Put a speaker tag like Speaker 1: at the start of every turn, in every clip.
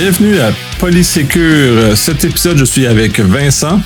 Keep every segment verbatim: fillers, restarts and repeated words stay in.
Speaker 1: Bienvenue à Polysécure. Cet épisode, je suis avec Vincent.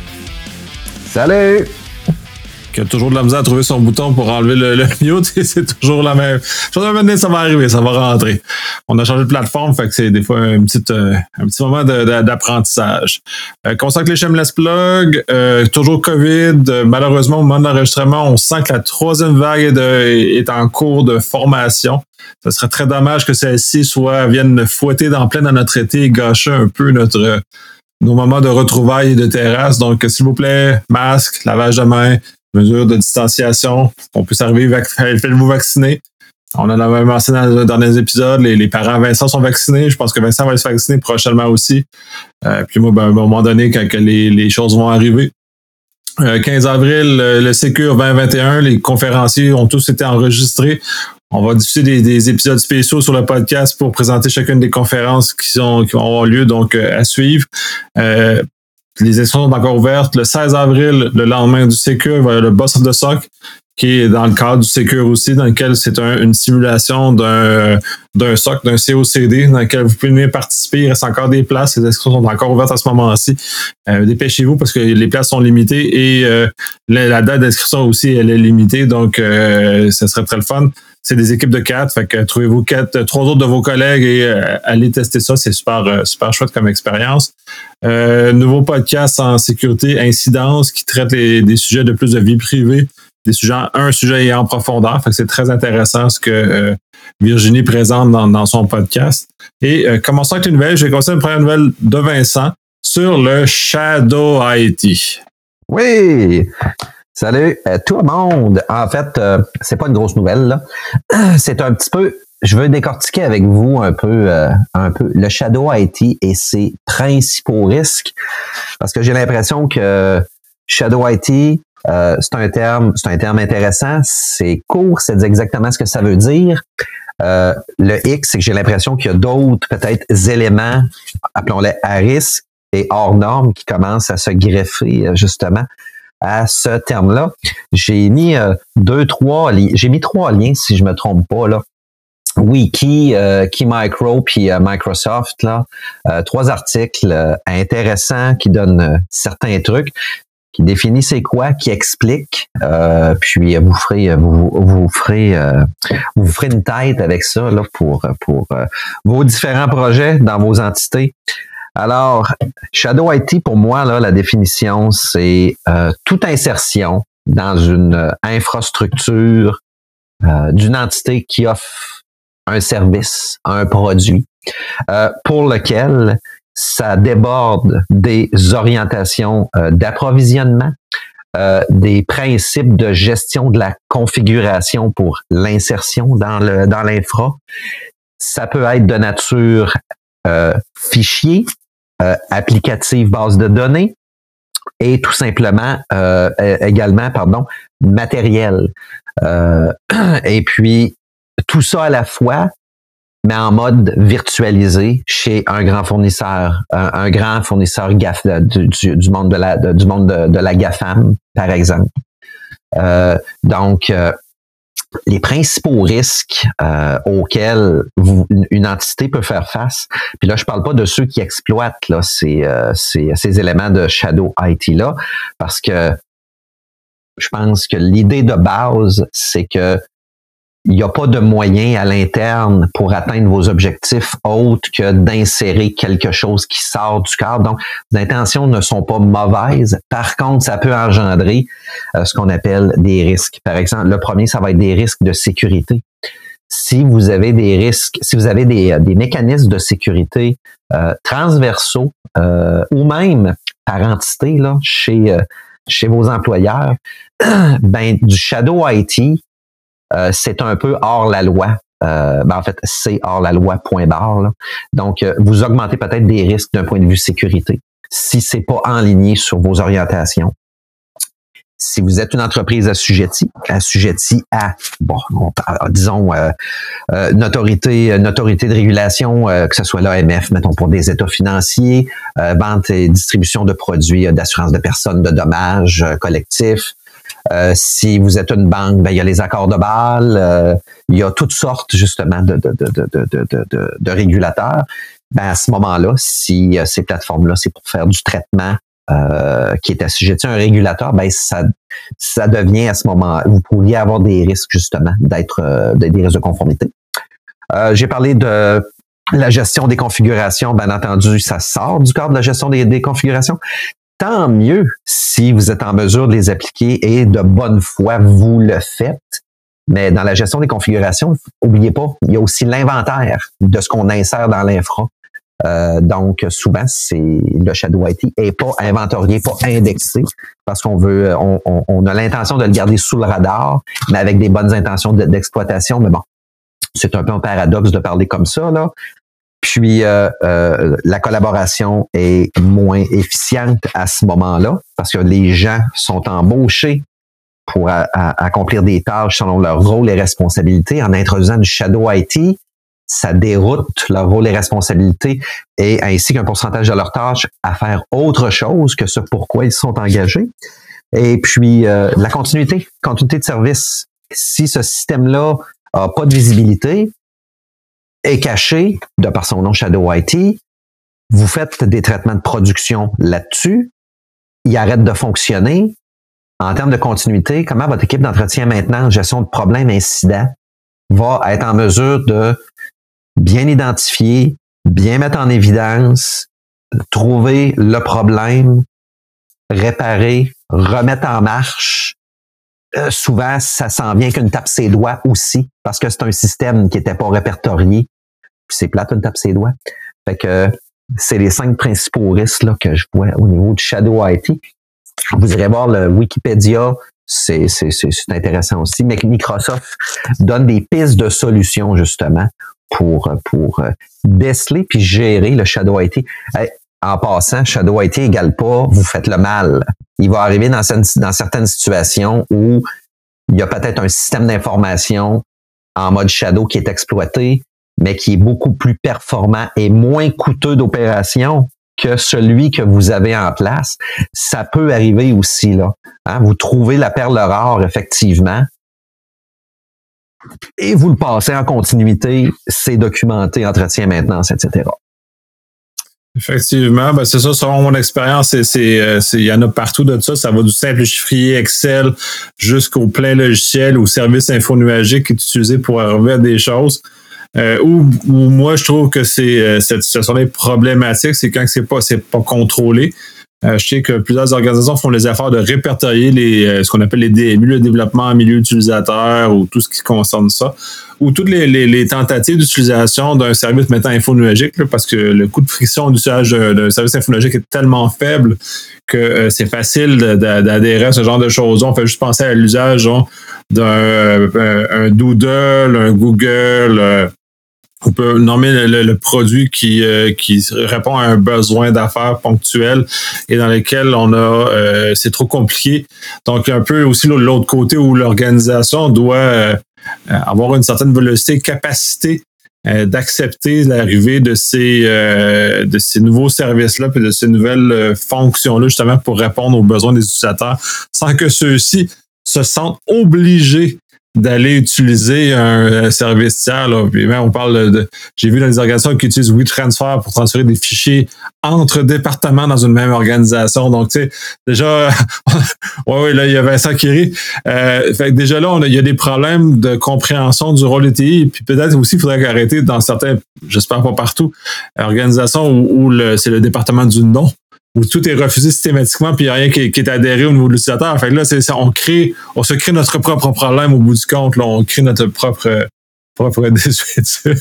Speaker 2: Salut!
Speaker 1: Qui a toujours de la misère à trouver son bouton pour enlever le, le mute. C'est toujours la même chose. Maintenant, ça va arriver, ça va rentrer. On a changé de plateforme, fait que c'est des fois un petit, euh, un petit moment de, de, d'apprentissage. Euh, Consacre les Shameless Plug, euh, toujours COVID. Euh, malheureusement, au moment de l'enregistrement, on sent que la troisième vague est, de, est en cours de formation. Ce serait très dommage que celle-ci soit vienne fouetter dans plein dans notre été et gâcher un peu notre nos moments de retrouvailles et de terrasse. Donc, s'il vous plaît, masque, lavage de mains, mesures de distanciation. On peut s'arriver, faites-vous vacciner. On en avait mentionné dans les derniers épisodes. Les, les parents Vincent sont vaccinés. Je pense que Vincent va se vacciner prochainement aussi. Euh, puis moi, ben, à un moment donné, quand que les, les choses vont arriver. Euh, quinze avril, le, le Sécure vingt vingt et un, les conférenciers ont tous été enregistrés. On va diffuser des, des épisodes spéciaux sur le podcast pour présenter chacune des conférences qui, sont, qui vont avoir lieu, donc euh, à suivre. Euh, les inscriptions sont encore ouvertes. Le seize avril, le lendemain du Sécure, il va y avoir le Boss of the Sock, qui est dans le cadre du Sécure aussi, dans lequel c'est un, une simulation d'un, d'un S O C, d'un C O C D, dans lequel vous pouvez venir participer. Il reste encore des places. Les inscriptions sont encore ouvertes à ce moment-ci. Euh, dépêchez-vous parce que les places sont limitées et euh, la, la date d'inscription aussi, elle est limitée. Donc, euh, ce serait très le fun. C'est des équipes de quatre, fait que trouvez-vous quatre, trois autres de vos collègues et euh, allez tester ça. C'est super, euh, super chouette comme expérience. Euh, nouveau podcast en sécurité, Incidence, qui traite les, des sujets de plus de vie privée. Des sujets, un sujet est en profondeur, fait que c'est très intéressant ce que euh, Virginie présente dans, dans son podcast. Et euh, commençons avec une nouvelle. Je vais commencer une première nouvelle de Vincent sur le Shadow I T.
Speaker 2: Oui! Salut euh, tout le monde! En fait, euh, c'est pas une grosse nouvelle, là. C'est un petit peu, je veux décortiquer avec vous un peu, euh, un peu le Shadow I T et ses principaux risques, parce que j'ai l'impression que Shadow I T, Euh, c'est un terme, c'est un terme intéressant, c'est court, c'est exactement ce que ça veut dire. Euh, le X, c'est que j'ai l'impression qu'il y a d'autres peut-être éléments, appelons-les à risque et hors normes, qui commencent à se greffer justement à ce terme-là. J'ai mis euh, deux, trois liens, j'ai mis trois liens si je me trompe pas là. Wiki, euh, Key Micro puis euh, Microsoft là, euh, trois articles euh, intéressants qui donnent euh, certains trucs, qui définit c'est quoi, qui explique, euh, puis vous ferez, vous, vous ferez, euh, vous ferez une tête avec ça là pour pour euh, vos différents projets dans vos entités. Alors, Shadow I T pour moi là, la définition c'est euh, toute insertion dans une infrastructure euh, d'une entité qui offre un service, un produit euh, pour lequel ça déborde des orientations euh, d'approvisionnement, euh, des principes de gestion de la configuration pour l'insertion dans le dans l'infra. Ça peut être de nature euh, fichier, euh, applicative base de données et tout simplement euh, également pardon matériel. Euh, et puis tout ça à la fois, mais en mode virtualisé chez un grand fournisseur, un, un grand fournisseur gaf, du, du monde de la de, du monde de, de la GAFAM, par exemple. Euh, donc, euh, les principaux risques euh, auxquels vous, une, une entité peut faire face, puis là, je parle pas de ceux qui exploitent là, ces, euh, ces, ces éléments de Shadow I T-là, parce que je pense que l'idée de base, c'est que il n'y a pas de moyen à l'interne pour atteindre vos objectifs autres que d'insérer quelque chose qui sort du cadre. Donc, les intentions ne sont pas mauvaises. Par contre, ça peut engendrer euh, ce qu'on appelle des risques. Par exemple, le premier, ça va être des risques de sécurité. Si vous avez des risques, si vous avez des, des mécanismes de sécurité euh, transversaux euh, ou même par entité là, chez, euh, chez vos employeurs, ben du Shadow I T, Euh, c'est un peu hors la loi. Euh, ben en fait, c'est hors la loi, point barre. Là. Donc, euh, vous augmentez peut-être des risques d'un point de vue sécurité si c'est pas enligné sur vos orientations. Si vous êtes une entreprise assujettie, assujettie à, bon, on parle, disons, euh, euh, une, autorité, une autorité de régulation, euh, que ce soit l'A M F, mettons, pour des états financiers, euh, vente et distribution de produits euh, d'assurance de personnes, de dommages euh, collectifs. Euh, si vous êtes une banque, ben il y a les accords de Bâle, euh, il y a toutes sortes justement de, de, de, de, de, de, de, de régulateurs. ben à ce moment-là, si euh, ces plateformes-là, c'est pour faire du traitement euh, qui est assujetti à un régulateur, ben ça, ça devient à ce moment, vous pourriez avoir des risques justement d'être euh, des risques de conformité. Euh, j'ai parlé de la gestion des configurations. Bien entendu, ça sort du cadre de la gestion des, des configurations. Tant mieux si vous êtes en mesure de les appliquer et de bonne foi, vous le faites. Mais dans la gestion des configurations, n'oubliez pas, il y a aussi l'inventaire de ce qu'on insère dans l'infra. Euh, donc, souvent, c'est le Shadow I T est pas inventorié, pas indexé, parce qu'on veut, on, on, on a l'intention de le garder sous le radar, mais avec des bonnes intentions de, d'exploitation. Mais bon, c'est un peu un paradoxe de parler comme ça, là. Puis, euh, euh, la collaboration est moins efficiente à ce moment-là, parce que les gens sont embauchés pour a, a, accomplir des tâches selon leur rôle et responsabilités. En introduisant du Shadow I T, ça déroute leur rôle et responsabilités et ainsi qu'un pourcentage de leurs tâches à faire autre chose que ce pourquoi ils sont engagés. Et puis, euh, la continuité, continuité de service. Si ce système-là a pas de visibilité, est caché de par son nom Shadow I T, vous faites des traitements de production là-dessus, il arrête de fonctionner. En termes de continuité, comment votre équipe d'entretien maintenance, gestion de problèmes, incidents va être en mesure de bien identifier, bien mettre en évidence, trouver le problème, réparer, remettre en marche. Euh, souvent, ça s'en vient qu'une tape ses doigts aussi, parce que c'est un système qui n'était pas répertorié. Puis c'est plate, une tape ses doigts. Fait que c'est les cinq principaux risques là, que je vois au niveau du Shadow I T. Vous irez voir le Wikipédia, c'est, c'est, c'est, c'est intéressant aussi. Mais Microsoft donne des pistes de solutions, justement, pour, pour déceler puis gérer le Shadow I T. En passant, Shadow I T égale pas vous faites le mal. Il va arriver dans, dans certaines situations où il y a peut-être un système d'information en mode Shadow qui est exploité, mais qui est beaucoup plus performant et moins coûteux d'opération que celui que vous avez en place. Ça peut arriver aussi, là. Hein? Vous trouvez la perle rare, effectivement, et vous le passez en continuité, c'est documenté, entretien, maintenance, et cetera.
Speaker 1: Effectivement, ben c'est ça, selon mon expérience, c'est, c'est, c'est, il y en a partout de ça. Ça va du simple chiffrier Excel jusqu'au plein logiciel, au service infonuagique qui est utilisé pour arriver à des choses. Euh, où, où moi je trouve que c'est euh, cette situation est problématique, c'est quand c'est pas c'est pas contrôlé. Euh, je sais que plusieurs organisations font les efforts de répertorier les euh, ce qu'on appelle les D M U, le développement en milieu utilisateur ou tout ce qui concerne ça, ou toutes les, les, les tentatives d'utilisation d'un service maintenant infonuagique, là, parce que le coût de friction d'usage d'un service infonuagique est tellement faible que euh, c'est facile de, de, d'adhérer à ce genre de choses. On fait juste penser à l'usage genre, d'un euh, un Doodle, un Google. Euh, On peut nommer le, le, le produit qui, euh, qui répond à un besoin d'affaires ponctuel et dans lequel on a euh, c'est trop compliqué. Donc, un peu aussi l'autre côté où l'organisation doit euh, avoir une certaine vélocité, capacité euh, d'accepter l'arrivée de ces euh, de ces nouveaux services-là et de ces nouvelles euh, fonctions-là, justement, pour répondre aux besoins des utilisateurs, sans que ceux-ci se sentent obligés d'aller utiliser un service tiers. Là. Puis même, on parle de. J'ai vu dans les organisations qui utilisent WeTransfer pour transférer des fichiers entre départements dans une même organisation. Donc, tu sais, déjà, ouais, ouais, là, il y a Vincent qui rit. Euh, fait que déjà là, on a, il y a des problèmes de compréhension du rôle des T I. Puis peut-être aussi, il faudrait arrêter dans certains, j'espère pas partout, organisations où, où le, c'est le département du nom, où tout est refusé systématiquement, puis il n'y a rien qui est, qui est adhéré au niveau de l'utilisateur. Fait que là, c'est ça, on crée, on se crée notre propre problème au bout du compte. Là, on crée notre propre, propre désuétude.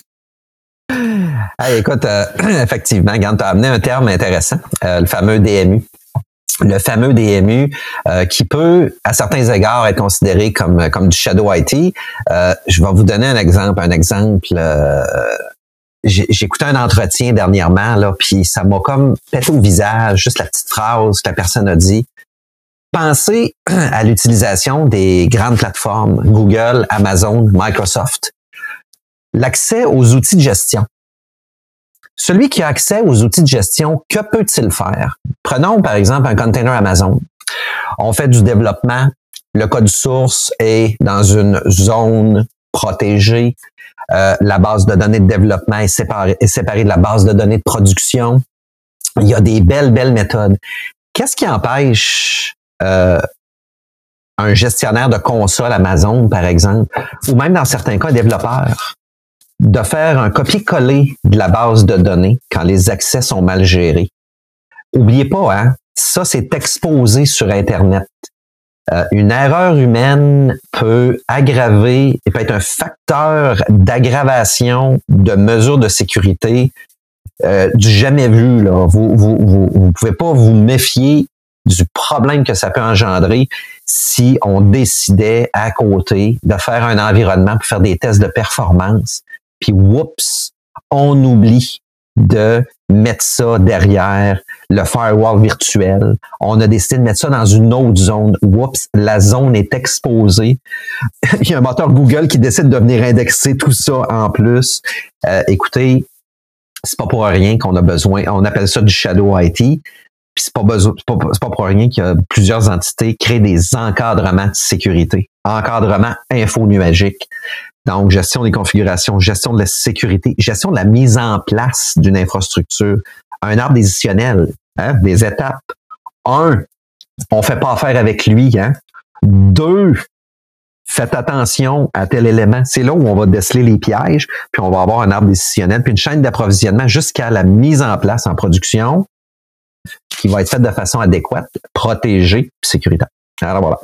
Speaker 2: Hey, écoute, euh, effectivement, Gant, tu as amené un terme intéressant, euh, le fameux D M U. Le fameux D M U euh, qui peut, à certains égards, être considéré comme, comme du Shadow I T. Euh, je vais vous donner un exemple. Un exemple... Euh, J'ai, j'ai écouté un entretien dernièrement, là, puis ça m'a comme pété au visage, juste la petite phrase que la personne a dit. Pensez à l'utilisation des grandes plateformes, Google, Amazon, Microsoft. L'accès aux outils de gestion. Celui qui a accès aux outils de gestion, que peut-il faire? Prenons par exemple un container Amazon. On fait du développement, le code source est dans une zone protégée. Euh, la base de données de développement est séparée, est séparée de la base de données de production. Il y a des belles, belles méthodes. Qu'est-ce qui empêche euh, un gestionnaire de console Amazon, par exemple, ou même dans certains cas, un développeur, de faire un copier-coller de la base de données quand les accès sont mal gérés? Oubliez pas, hein, ça, c'est exposé sur Internet. Euh, une erreur humaine peut aggraver et peut être un facteur d'aggravation de mesures de sécurité euh, du jamais vu. Là. Vous, vous, vous, vous pouvez pas vous méfier du problème que ça peut engendrer si on décidait à côté de faire un environnement pour faire des tests de performance. Puis, whoops, on oublie de mettre ça derrière le firewall virtuel. On a décidé de mettre ça dans une autre zone. Oups, la zone est exposée. Il y a un moteur Google qui décide de venir indexer tout ça en plus. Euh, écoutez, c'est pas pour rien qu'on a besoin, on appelle ça du shadow I T. Puis c'est pas besoin, c'est pas, c'est pas pour rien qu'il y a plusieurs entités qui créent des encadrements de sécurité, encadrement info-nuagique. Donc, gestion des configurations, gestion de la sécurité, gestion de la mise en place d'une infrastructure, un arbre décisionnel, hein, des étapes. Un, on fait pas affaire avec lui. Hein. Deux, faites attention à tel élément. C'est là où on va déceler les pièges, puis on va avoir un arbre décisionnel, puis une chaîne d'approvisionnement jusqu'à la mise en place en production qui va être faite de façon adéquate, protégée, puis sécuritaire. Alors voilà.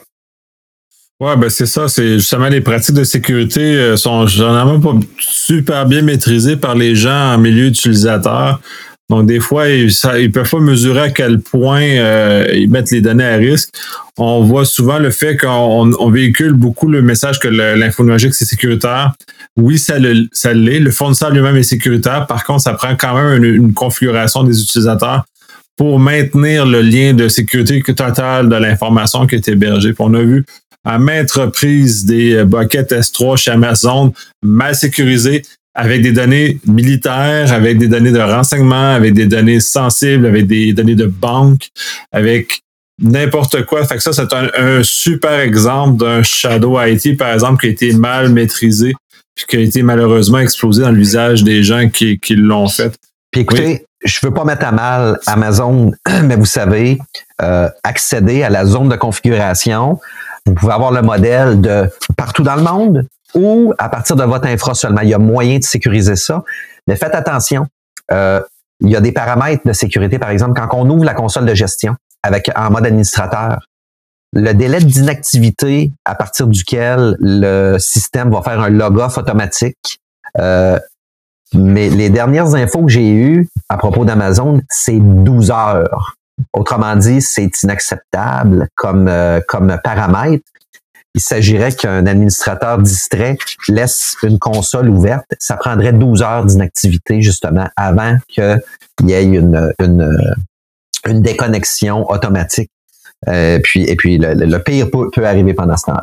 Speaker 1: Ouais, ben c'est ça, c'est justement les pratiques de sécurité euh, sont généralement pas super bien maîtrisées par les gens en milieu utilisateur. Donc, des fois, ils, ça, ils peuvent pas mesurer à quel point euh, ils mettent les données à risque. On voit souvent le fait qu'on on véhicule beaucoup le message que le, l'infonuagique, c'est sécuritaire. Oui, ça, le, ça l'est. Le fournisseur lui-même est sécuritaire. Par contre, ça prend quand même une, une configuration des utilisateurs pour maintenir le lien de sécurité totale de l'information qui est hébergée. Puis on a vu à maintes reprises des buckets S trois chez Amazon mal sécurisés, avec des données militaires, avec des données de renseignement, avec des données sensibles, avec des données de banque, avec n'importe quoi. Fait que ça, c'est un, un super exemple d'un shadow I T, par exemple, qui a été mal maîtrisé puis qui a été malheureusement explosé dans le visage des gens qui, qui l'ont fait.
Speaker 2: Puis écoutez, oui. Je veux pas mettre à mal Amazon, mais vous savez, euh, accéder à la zone de configuration, vous pouvez avoir le modèle de partout dans le monde ou à partir de votre infra seulement. Il y a moyen de sécuriser ça. Mais faites attention. Euh, il y a des paramètres de sécurité, par exemple, quand on ouvre la console de gestion avec en mode administrateur, le délai d'inactivité à partir duquel le système va faire un log-off automatique. Euh, mais les dernières infos que j'ai eues à propos d'Amazon, c'est douze heures. Autrement dit, c'est inacceptable comme, euh, comme paramètre. Il s'agirait qu'un administrateur distrait laisse une console ouverte. Ça prendrait douze heures d'inactivité, justement, avant qu'il y ait une, une, une déconnexion automatique. Euh, puis, et puis, le, le pire peut, peut arriver pendant ce temps-là.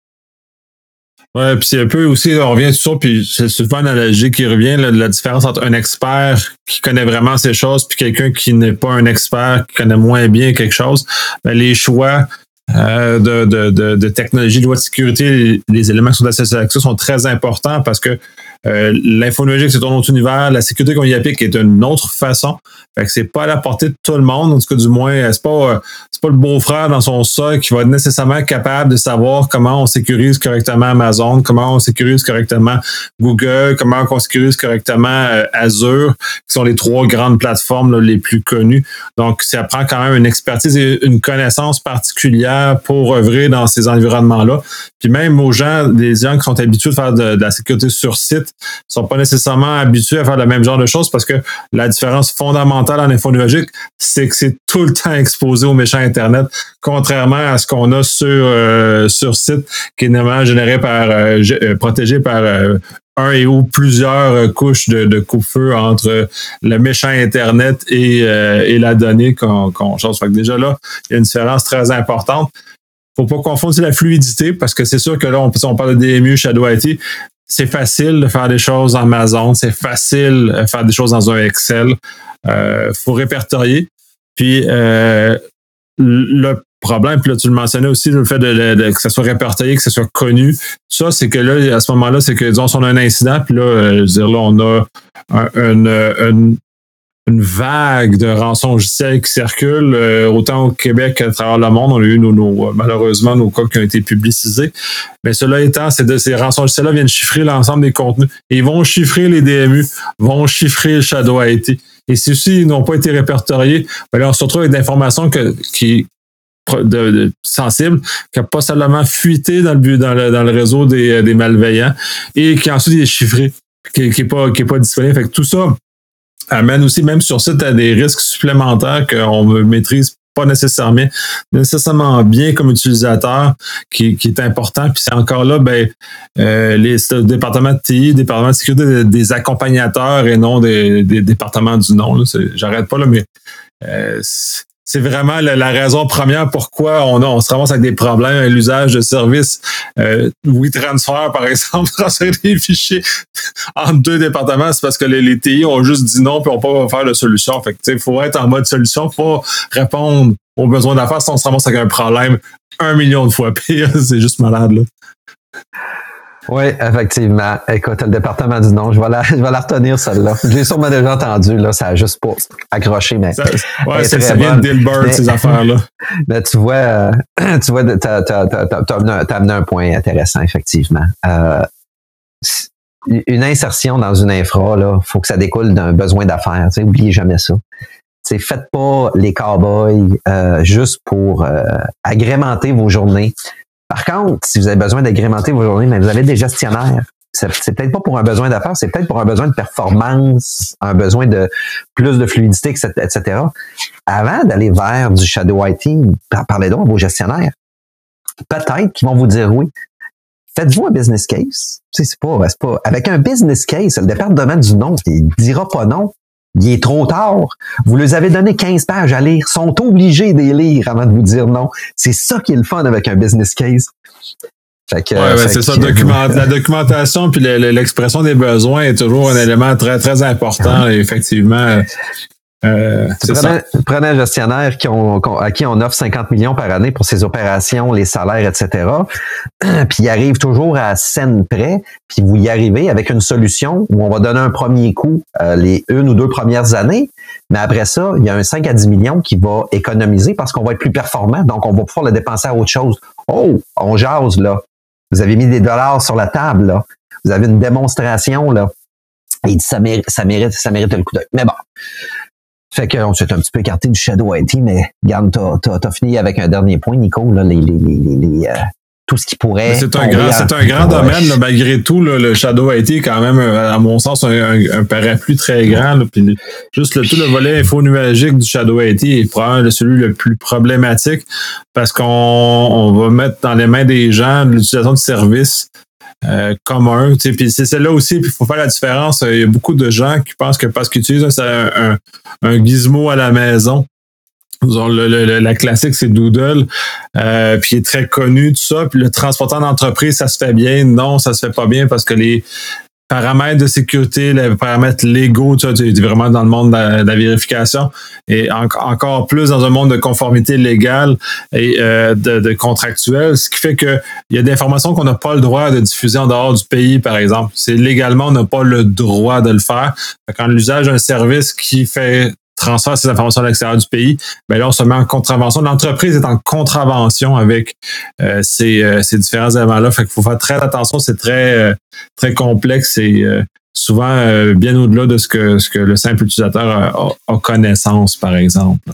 Speaker 1: Ouais, puis c'est un peu aussi, on revient sur ça, puis c'est souvent l'analogie qui revient, là, de la différence entre un expert qui connaît vraiment ces choses puis quelqu'un qui n'est pas un expert, qui connaît moins bien quelque chose. Ben, les choix euh, de, de, de, de technologie, de loi de sécurité, les, les éléments qui sont associés avec ça sont très importants parce que euh, l'infonuagique, c'est un autre univers, la sécurité qu'on y applique est d'une autre façon. Fait que c'est pas à la portée de tout le monde, en tout cas du moins, c'est pas c'est pas le beau-frère dans son sol qui va être nécessairement capable de savoir comment on sécurise correctement Amazon, comment on sécurise correctement Google, comment on sécurise correctement euh, Azure, qui sont les trois grandes plateformes là, les plus connues. Donc, ça prend quand même une expertise et une connaissance particulière pour œuvrer dans ces environnements-là. Puis même aux gens, les gens qui sont habitués de faire de, de la sécurité sur site, sont pas nécessairement habitués à faire le même genre de choses parce que la différence fondamentale en infonuagique, c'est que c'est tout le temps exposé au méchant Internet, contrairement à ce qu'on a sur euh, sur site, qui est normalement généré par euh, protégé par euh, un et ou plusieurs euh, couches de, de coupe-feu entre le méchant Internet et, euh, et la donnée qu'on, qu'on chose. Fait que déjà là, il y a une différence très importante. Faut pas confondre la fluidité, parce que c'est sûr que là, on, on parle de D M U, Shadow I T, c'est facile de faire des choses en Amazon, c'est facile de faire des choses dans un Excel. Euh, faut répertorier. Puis euh, le problème, puis là, tu le mentionnais aussi, le fait de, de, de que ça soit répertorié, que ça soit connu. Ça, c'est que là, à ce moment-là, c'est que, disons, si on a un incident, puis là, euh, je veux dire, là, on a un, un, un, une vague de rançongiciels qui circulent, euh, autant au Québec qu'à travers le monde. On a eu nos, nos, malheureusement nos cas qui ont été publicisés. Mais cela étant, c'est de, ces rançongiciels-là viennent chiffrer l'ensemble des contenus. Et ils vont chiffrer les D M U, vont chiffrer le Shadow I T. Et si aussi ils n'ont pas été répertoriés, ben là, on se retrouve avec des informations que, qui de, de, sensibles, qui n'a pas seulement fuité dans le, dans le, dans le réseau des, des malveillants et qui ensuite est chiffré, qui n'est pas, qui est pas disponible. Fait que tout ça amène aussi, même sur site, à des risques supplémentaires qu'on ne maîtrise pas nécessairement, nécessairement bien comme utilisateur, qui, qui est important. Puis c'est encore là, ben, euh, les départements de T I, départements de sécurité, des, des accompagnateurs et non des, des départements du nom. Là. J'arrête pas là, mais euh, c'est vraiment la, la raison première pourquoi on, a, on se ramasse avec des problèmes à l'usage de services euh, WeTransfer, par exemple, transférer des fichiers entre deux départements, c'est parce que les, les T I ont juste dit non puis n'ont pas faire de solution. Fait que, tu sais, il faut être en mode solution, il faut répondre aux besoins d'affaires. Si on se ramasse avec un problème un million de fois pire, c'est juste malade, là.
Speaker 2: Oui, effectivement. Écoute, le département du nom, je vais la, je vais la retenir, celle-là. Je l'ai sûrement déjà entendu, là, ça a juste pas accroché, mais.
Speaker 1: Ça, ouais, c'est ça vient de Dilbert, ces affaires-là.
Speaker 2: Mais tu vois, euh, tu vois, t'as, t'as, t'as, t'as, amené, t'as amené un point intéressant, effectivement. Euh, une insertion dans une infra, là, faut que ça découle d'un besoin d'affaires. Tu sais, oubliez jamais ça. Tu sais, faites pas les cow-boys euh, juste pour euh, agrémenter vos journées. Par contre, si vous avez besoin d'agrémenter vos journées, mais vous avez des gestionnaires. C'est, c'est peut-être pas pour un besoin d'affaires, c'est peut-être pour un besoin de performance, un besoin de plus de fluidité, et cetera. Avant d'aller vers du Shadow I T, parlez donc à vos gestionnaires. Peut-être qu'ils vont vous dire oui. Faites-vous un business case. Tu sais, c'est pas, c'est pas. Avec un business case, le département du nom, il dira pas non. Il est trop tard. Vous leur avez donné quinze pages à lire. Ils sont obligés de les lire avant de vous dire non. C'est ça qui est le fun avec un business case. Fait que,
Speaker 1: ouais,
Speaker 2: fait
Speaker 1: c'est
Speaker 2: que,
Speaker 1: ça. Document, la documentation puis le, le, l'expression des besoins est toujours un élément très, très important. Et effectivement, euh, c'est
Speaker 2: prenez,
Speaker 1: ça.
Speaker 2: Prenez un gestionnaire qui ont, à qui on offre cinquante millions par année pour ses opérations, les salaires, et cetera. Puis il arrive toujours à scène près. Puis vous y arrivez avec une solution où on va donner un premier coup euh, les une ou deux premières années. Mais après ça, il y a un cinq à dix millions qui va économiser parce qu'on va être plus performant. Donc, on va pouvoir le dépenser à autre chose. Oh, on jase, là. Vous avez mis des dollars sur la table, là. Vous avez une démonstration, là. Et il dit, ça mérite, ça mérite, ça mérite le coup d'œil. Mais bon. Fait qu'on s'est un petit peu écarté du Shadow I T, mais regarde, t'as, t'as, t'as fini avec un dernier point, Nico, là, les, les, les, les, euh, tout ce qui pourrait.
Speaker 1: Mais c'est un grand, c'est un grand domaine, là, malgré tout, là, le Shadow I T est quand même, à mon sens, un, un, un parapluie très grand, là, puis juste le, tout le volet info-nuagique du Shadow I T est probablement celui le plus problématique parce qu'on on va mettre dans les mains des gens l'utilisation de services Euh, commun, tu sais, puis c'est celle-là aussi, puis il faut faire la différence. Il y a beaucoup de gens qui pensent que parce qu'ils utilisent un, un, un gizmo à la maison, le, le, la classique, c'est Doodle, euh, puis il est très connu, tout ça, puis le transporteur d'entreprise, ça se fait bien. Non, ça se fait pas bien parce que les paramètres de sécurité, les paramètres légaux, tu es vraiment dans le monde de la, de la vérification et en, encore plus dans un monde de conformité légale et euh, de, de contractuel, ce qui fait que il y a des informations qu'on n'a pas le droit de diffuser en dehors du pays, par exemple. C'est légalement, on n'a pas le droit de le faire. Quand l'usage d'un service qui fait transfère ces informations à l'extérieur du pays, ben là, on se met en contravention. L'entreprise est en contravention avec euh, ces, euh, ces différents éléments-là. Fait qu'il faut faire très attention. C'est très, euh, très complexe et euh, souvent euh, bien au-delà de ce que, ce que le simple utilisateur a, a, a connaissance, par exemple.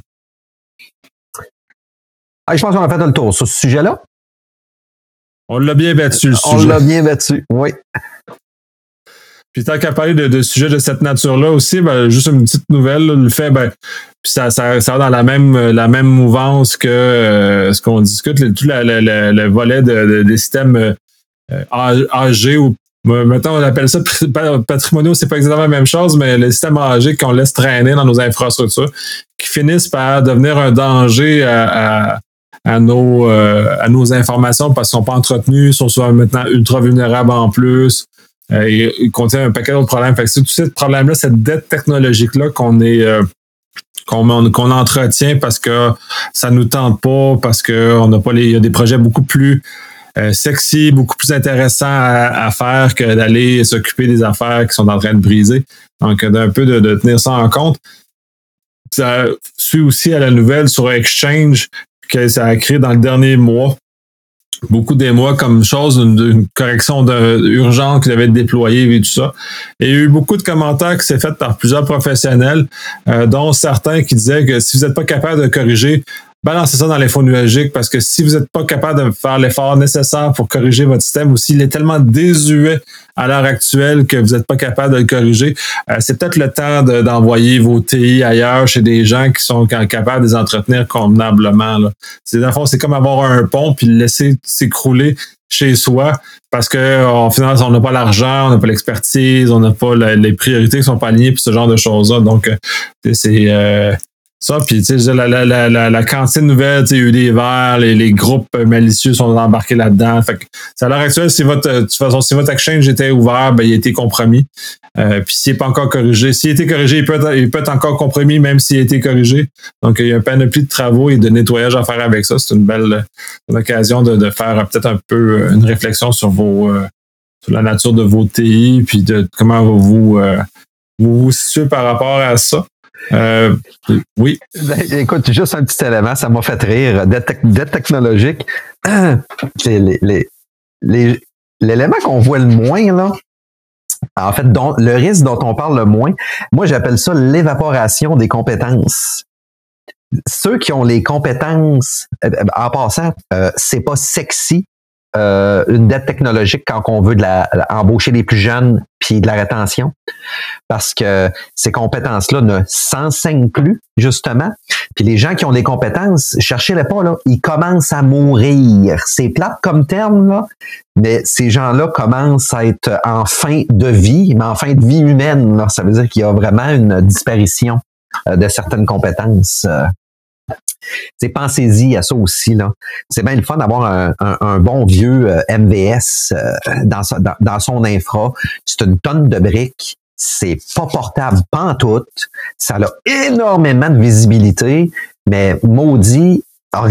Speaker 2: Ah, je pense qu'on a fait le tour sur ce sujet-là.
Speaker 1: On l'a bien battu, le
Speaker 2: on
Speaker 1: sujet.
Speaker 2: On l'a bien battu, oui.
Speaker 1: Puis tant qu'à parler de, de sujets de cette nature-là aussi, ben, juste une petite nouvelle, là, le fait, ben, puis ça, ça, ça va dans la même, la même mouvance que euh, ce qu'on discute, le, tout la, la, la, le volet de, de, des systèmes euh, A G ou maintenant on appelle ça patrimoniaux, c'est pas exactement la même chose, mais les systèmes A G qu'on laisse traîner dans nos infrastructures, qui finissent par devenir un danger à, à à nos euh, à nos informations parce qu'ils sont pas entretenus, sont souvent maintenant ultra vulnérables en plus. Euh, il, il contient un paquet d'autres problèmes. Fait que c'est tout ce problème-là, cette dette technologique-là qu'on est euh, qu'on, qu'on entretient parce que ça nous tente pas, parce que on n'a pas les, il y a des projets beaucoup plus euh, sexy, beaucoup plus intéressants à, à faire que d'aller s'occuper des affaires qui sont en train de briser. Donc, d'un peu de, de tenir ça en compte. Ça suit aussi à la nouvelle sur Exchange que ça a créé dans le dernier mois. Beaucoup d'émois comme chose, une, une correction de, urgente qui devait être déployée et tout ça. Et il y a eu beaucoup de commentaires qui s'est fait par plusieurs professionnels, euh, dont certains qui disaient que si vous n'êtes pas capable de corriger, balancez ça dans l'info nuagique parce que si vous n'êtes pas capable de faire l'effort nécessaire pour corriger votre système ou s'il est tellement désuet à l'heure actuelle que vous n'êtes pas capable de le corriger, euh, c'est peut-être le temps de, d'envoyer vos T I ailleurs chez des gens qui sont capables de les entretenir convenablement. Là. C'est, dans le fond, c'est comme avoir un pont puis le laisser s'écrouler chez soi parce que en final, on n'a pas l'argent, on n'a pas l'expertise, on n'a pas la, les priorités qui sont pas alignées puis ce genre de choses-là. Donc, euh, c'est... Euh, Ça, puis tu sais, la, la, la, la, la quantité de nouvelles, tu sais, il y a eu des verts, les, les groupes malicieux sont embarqués là-dedans. Fait que, à l'heure actuelle, si votre, de toute façon, si votre exchange était ouvert, ben, il a été compromis. Euh, puis s'il n'est pas encore corrigé, s'il a été corrigé, il peut, être, il peut être encore compromis, même s'il a été corrigé. Donc, il y a un panoplie de travaux et de nettoyage à faire avec ça. C'est une belle une occasion de, de faire peut-être un peu une réflexion sur vos, euh, sur la nature de vos T I, puis de comment vous, euh, vous vous situez par rapport à ça. Euh, oui.
Speaker 2: Écoute, juste un petit élément, ça m'a fait rire. Dette, dette technologique, les, les, les, l'élément qu'on voit le moins, là, en fait, dont, le risque dont on parle le moins, moi, j'appelle ça l'évaporation des compétences. Ceux qui ont les compétences, en passant, euh, c'est pas sexy, euh, une dette technologique quand on veut de la, embaucher les plus jeunes puis de la rétention, parce que ces compétences-là ne s'enseignent plus, justement. Puis les gens qui ont des compétences, cherchez-les pas, là, ils commencent à mourir. C'est plate comme terme, là, mais ces gens-là commencent à être en fin de vie, mais en fin de vie humaine, là. Ça veut dire qu'il y a vraiment une disparition euh, de certaines compétences. Euh, T'sais, pensez-y à ça aussi, là. C'est bien le fun d'avoir un, un, un bon vieux euh, M V S euh, dans, sa, dans, dans son infra. C'est une tonne de briques. C'est pas portable pantoute. Ça a énormément de visibilité, mais maudit,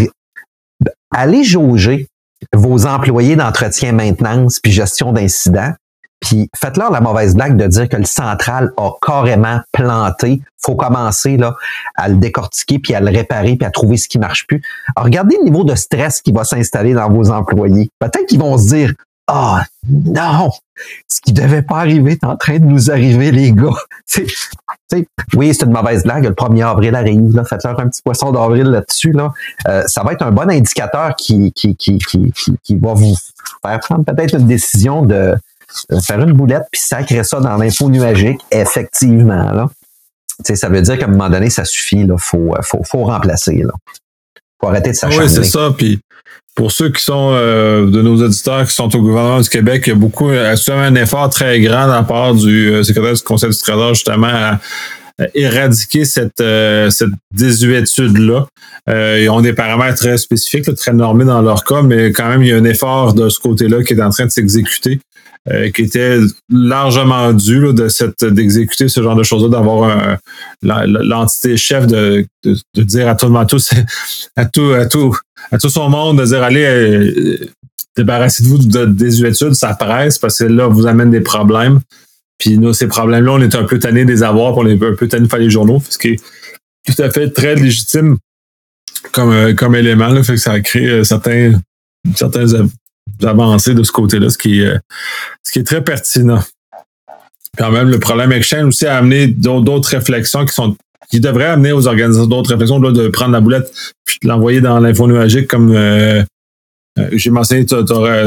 Speaker 2: allez jauger vos employés d'entretien, maintenance puis gestion d'incidents. Puis faites-leur la mauvaise blague de dire que le central a carrément planté. Faut commencer là à le décortiquer puis à le réparer puis à trouver ce qui marche plus. Alors, regardez le niveau de stress qui va s'installer dans vos employés. Peut-être qu'ils vont se dire ah oh, non, ce qui devait pas arriver est en train de nous arriver, les gars. T'sais, t'sais, oui, c'est une mauvaise blague. Le premier avril arrive. Là, faites-leur un petit poisson d'avril là-dessus. Là. Euh, ça va être un bon indicateur qui qui qui qui qui, qui va vous faire prendre peut-être une décision de faire une boulette puis sacrer ça dans l'info nuagique, effectivement, là. Tu sais, ça veut dire qu'à un moment donné, ça suffit, là. Faut, faut, faut remplacer, là. Faut arrêter de s'acharner.
Speaker 1: Oui, c'est ça. Puis pour ceux qui sont euh, de nos auditeurs qui sont au gouvernement du Québec, il y a beaucoup, actuellement, un effort très grand de la part du euh, secrétaire du Conseil du Trésor, justement, à, à éradiquer cette, euh, cette désuétude-là. Euh, ils ont des paramètres très spécifiques, là, très normés dans leur cas, mais quand même, il y a un effort de ce côté-là qui est en train de s'exécuter. Euh, qui était largement dû là, de cette d'exécuter ce genre de choses-là, d'avoir un, l'entité chef de, de, de dire à tout le monde, à tout, à tout, à tout, à tout son monde, de dire allez, euh, débarrassez-vous de désuétude, ça presse parce que là, vous amène des problèmes. Puis nous, ces problèmes-là, on est un peu tannés de les avoir, puis on est un peu tannés de faire les journaux, ce qui est tout à fait très légitime comme, comme élément, là, fait que ça crée euh, certains, certains avancées de ce côté-là, ce qui est, euh, ce qui est très pertinent. Quand même, le problème Exchange aussi a amené d'autres, d'autres réflexions qui sont qui devraient amener aux organisations d'autres réflexions, là, de prendre la boulette puis de l'envoyer dans l'info nuagique comme euh, euh, j'ai mentionné, tu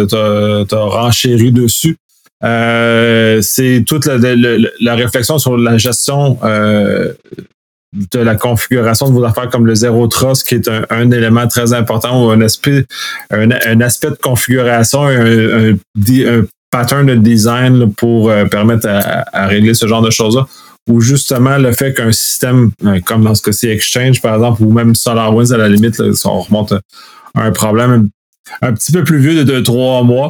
Speaker 1: as renchéri dessus. Euh, c'est toute la, la, la réflexion sur la gestion euh, de la configuration de vos affaires comme le Zero Trust, qui est un, un élément très important ou un aspect, un, un aspect de configuration, un, un, un pattern de design pour euh, permettre à, à régler ce genre de choses-là. Ou justement le fait qu'un système, euh, comme dans ce cas-ci Exchange, par exemple, ou même SolarWinds, à la limite, là, si on remonte à un problème un petit peu plus vieux de, de trois mois,